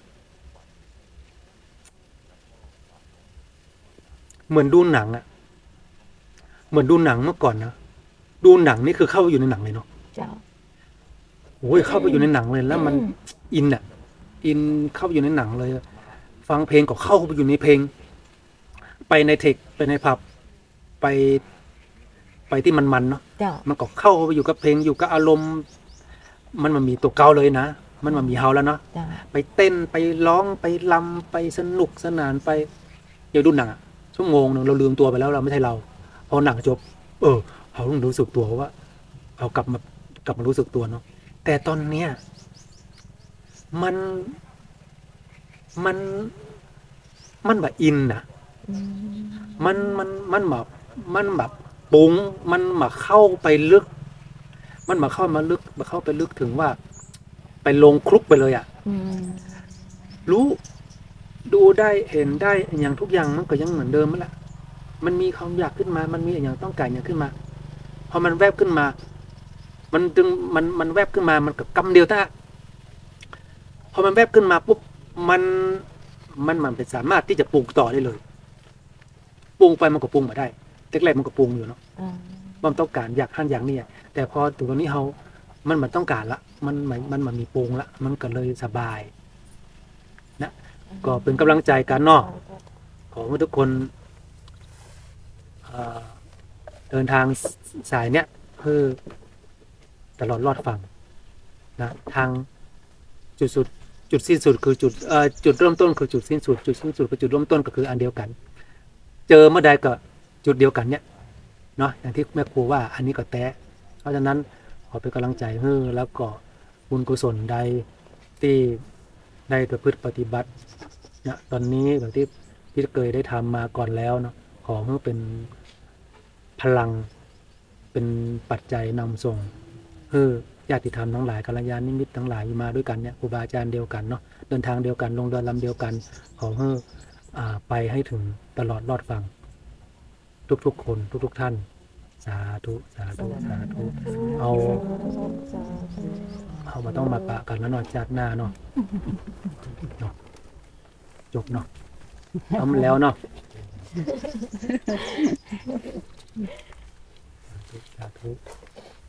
เหมือนดูหนังอะเหมือนดูหนังเมื่อก่อนนะดูหนังนี่คือเข้าไปอยู่ในหนังเลยเนาะจ้ะโอ้ยเข้าไปอยู่ในหนังเลยแล้วมันอินอะอินเข้าไปอยู่ในหนังเลย ฟังเพลงก็เข้าไปอยู่ในเพลง ไปในเทคไปในผับไป ไปที่มันมันๆเนาะจ้ะมันก็เข้าไปอยู่กับเพลงอยู่กับอารมณ์ มันมันมีตัวเก่าเลยนะมันมันมีเฮาแล้วเนาะจ้ะไปเต้นไปร้องไปลำไปสนุกสนานไปเดี๋ยวดูหนังอะชั่วโมงหนึ่งเราลืมตัวไปแล้วเราไม่ใช่เราพอหนังจบ เออเราต้องรู้สึกตัวว่าเรากลับมากลับมารู้สึกตัวเนาะแต่ตอนเนี้ยมันมันมันแบบอินนะอืมมันมันมันแบบมันแบบปุ้งมันมาเข้าไปลึก มันมาเข้ามาลึกมาเข้าไปลึกถึงว่า ไปลงคลุกไปเลยอะอืมรู้ดูได้เห็นได้อย่างทุกอย่างมันก็ยังเหมือนเดิมนั่นแหละมันมีความอยากขึ้นมา มันมีอย่างต้องการอย่างขึ้นมาพอมันแวบขึ้นมา มันจึงมันมันแวบขึ้นมามันกับกำเดียวท่าพอมันแวบขึ้นมาปุ๊บมันมันมันเป็นสามารถที่จะปรุงต่อได้เลยปรุงไปมันก็ปรุงมาได้แรกๆมันก็ปรุงอยู่เนาะอ่ามันต้องการอยากหันอย่างนี้อะแต่พอถึงตรงนี้เขามันมันต้องการละมันมันมันมันมีปรุงละมันก็เลยสบาย นะก็เป็นกำลังใจกันเนาะขอให้ทุกคนเอ่อเดินทางสายเนี้ยเพื่อตลอดรอดฝั่งนะทางจุดสุดจุดสิ้นสุดคือจุดเอ่อจุดเริ่มต้นคือจุดสิ้นสุดจุดสิ้นสุดกับจุดเริ่มต้นก็คืออันเดียวกัน เจอเมื่อใดก็จุดเดียวกันเนี่ยเนาะอย่างที่แม่ครูว่าอันนี้ก็แตะเพราะฉะนั้นขอเป็นกำลังใจให้แล้วก็บุญกุศลใดที่ได้ประพฤติปฏิบัตินะตอนนี้แบบที่พี่เคยได้ทำมาก่อนแล้วเนาะขอให้เป็นพลังเป็นปัจจัยนำส่งเพื่อญาติธรรมทั้งหลายกัลยาณมิตรทั้งหลายมาด้วยกันเนี่ยครูบาอาจารย์เดียวกันเนาะเดินทางเดียวกันลงเรือลำเดียวกันขอให้อ่าไปให้ถึงตลอดรอดฟังทุกๆคนทุกๆท่านสาธุสาธุสาธุเอา เอามาต้องมาปะกันแล้วเนาะจากหน้าเนาะเนาะจบเนาะทำแล้วเนาะสาธุสาธุ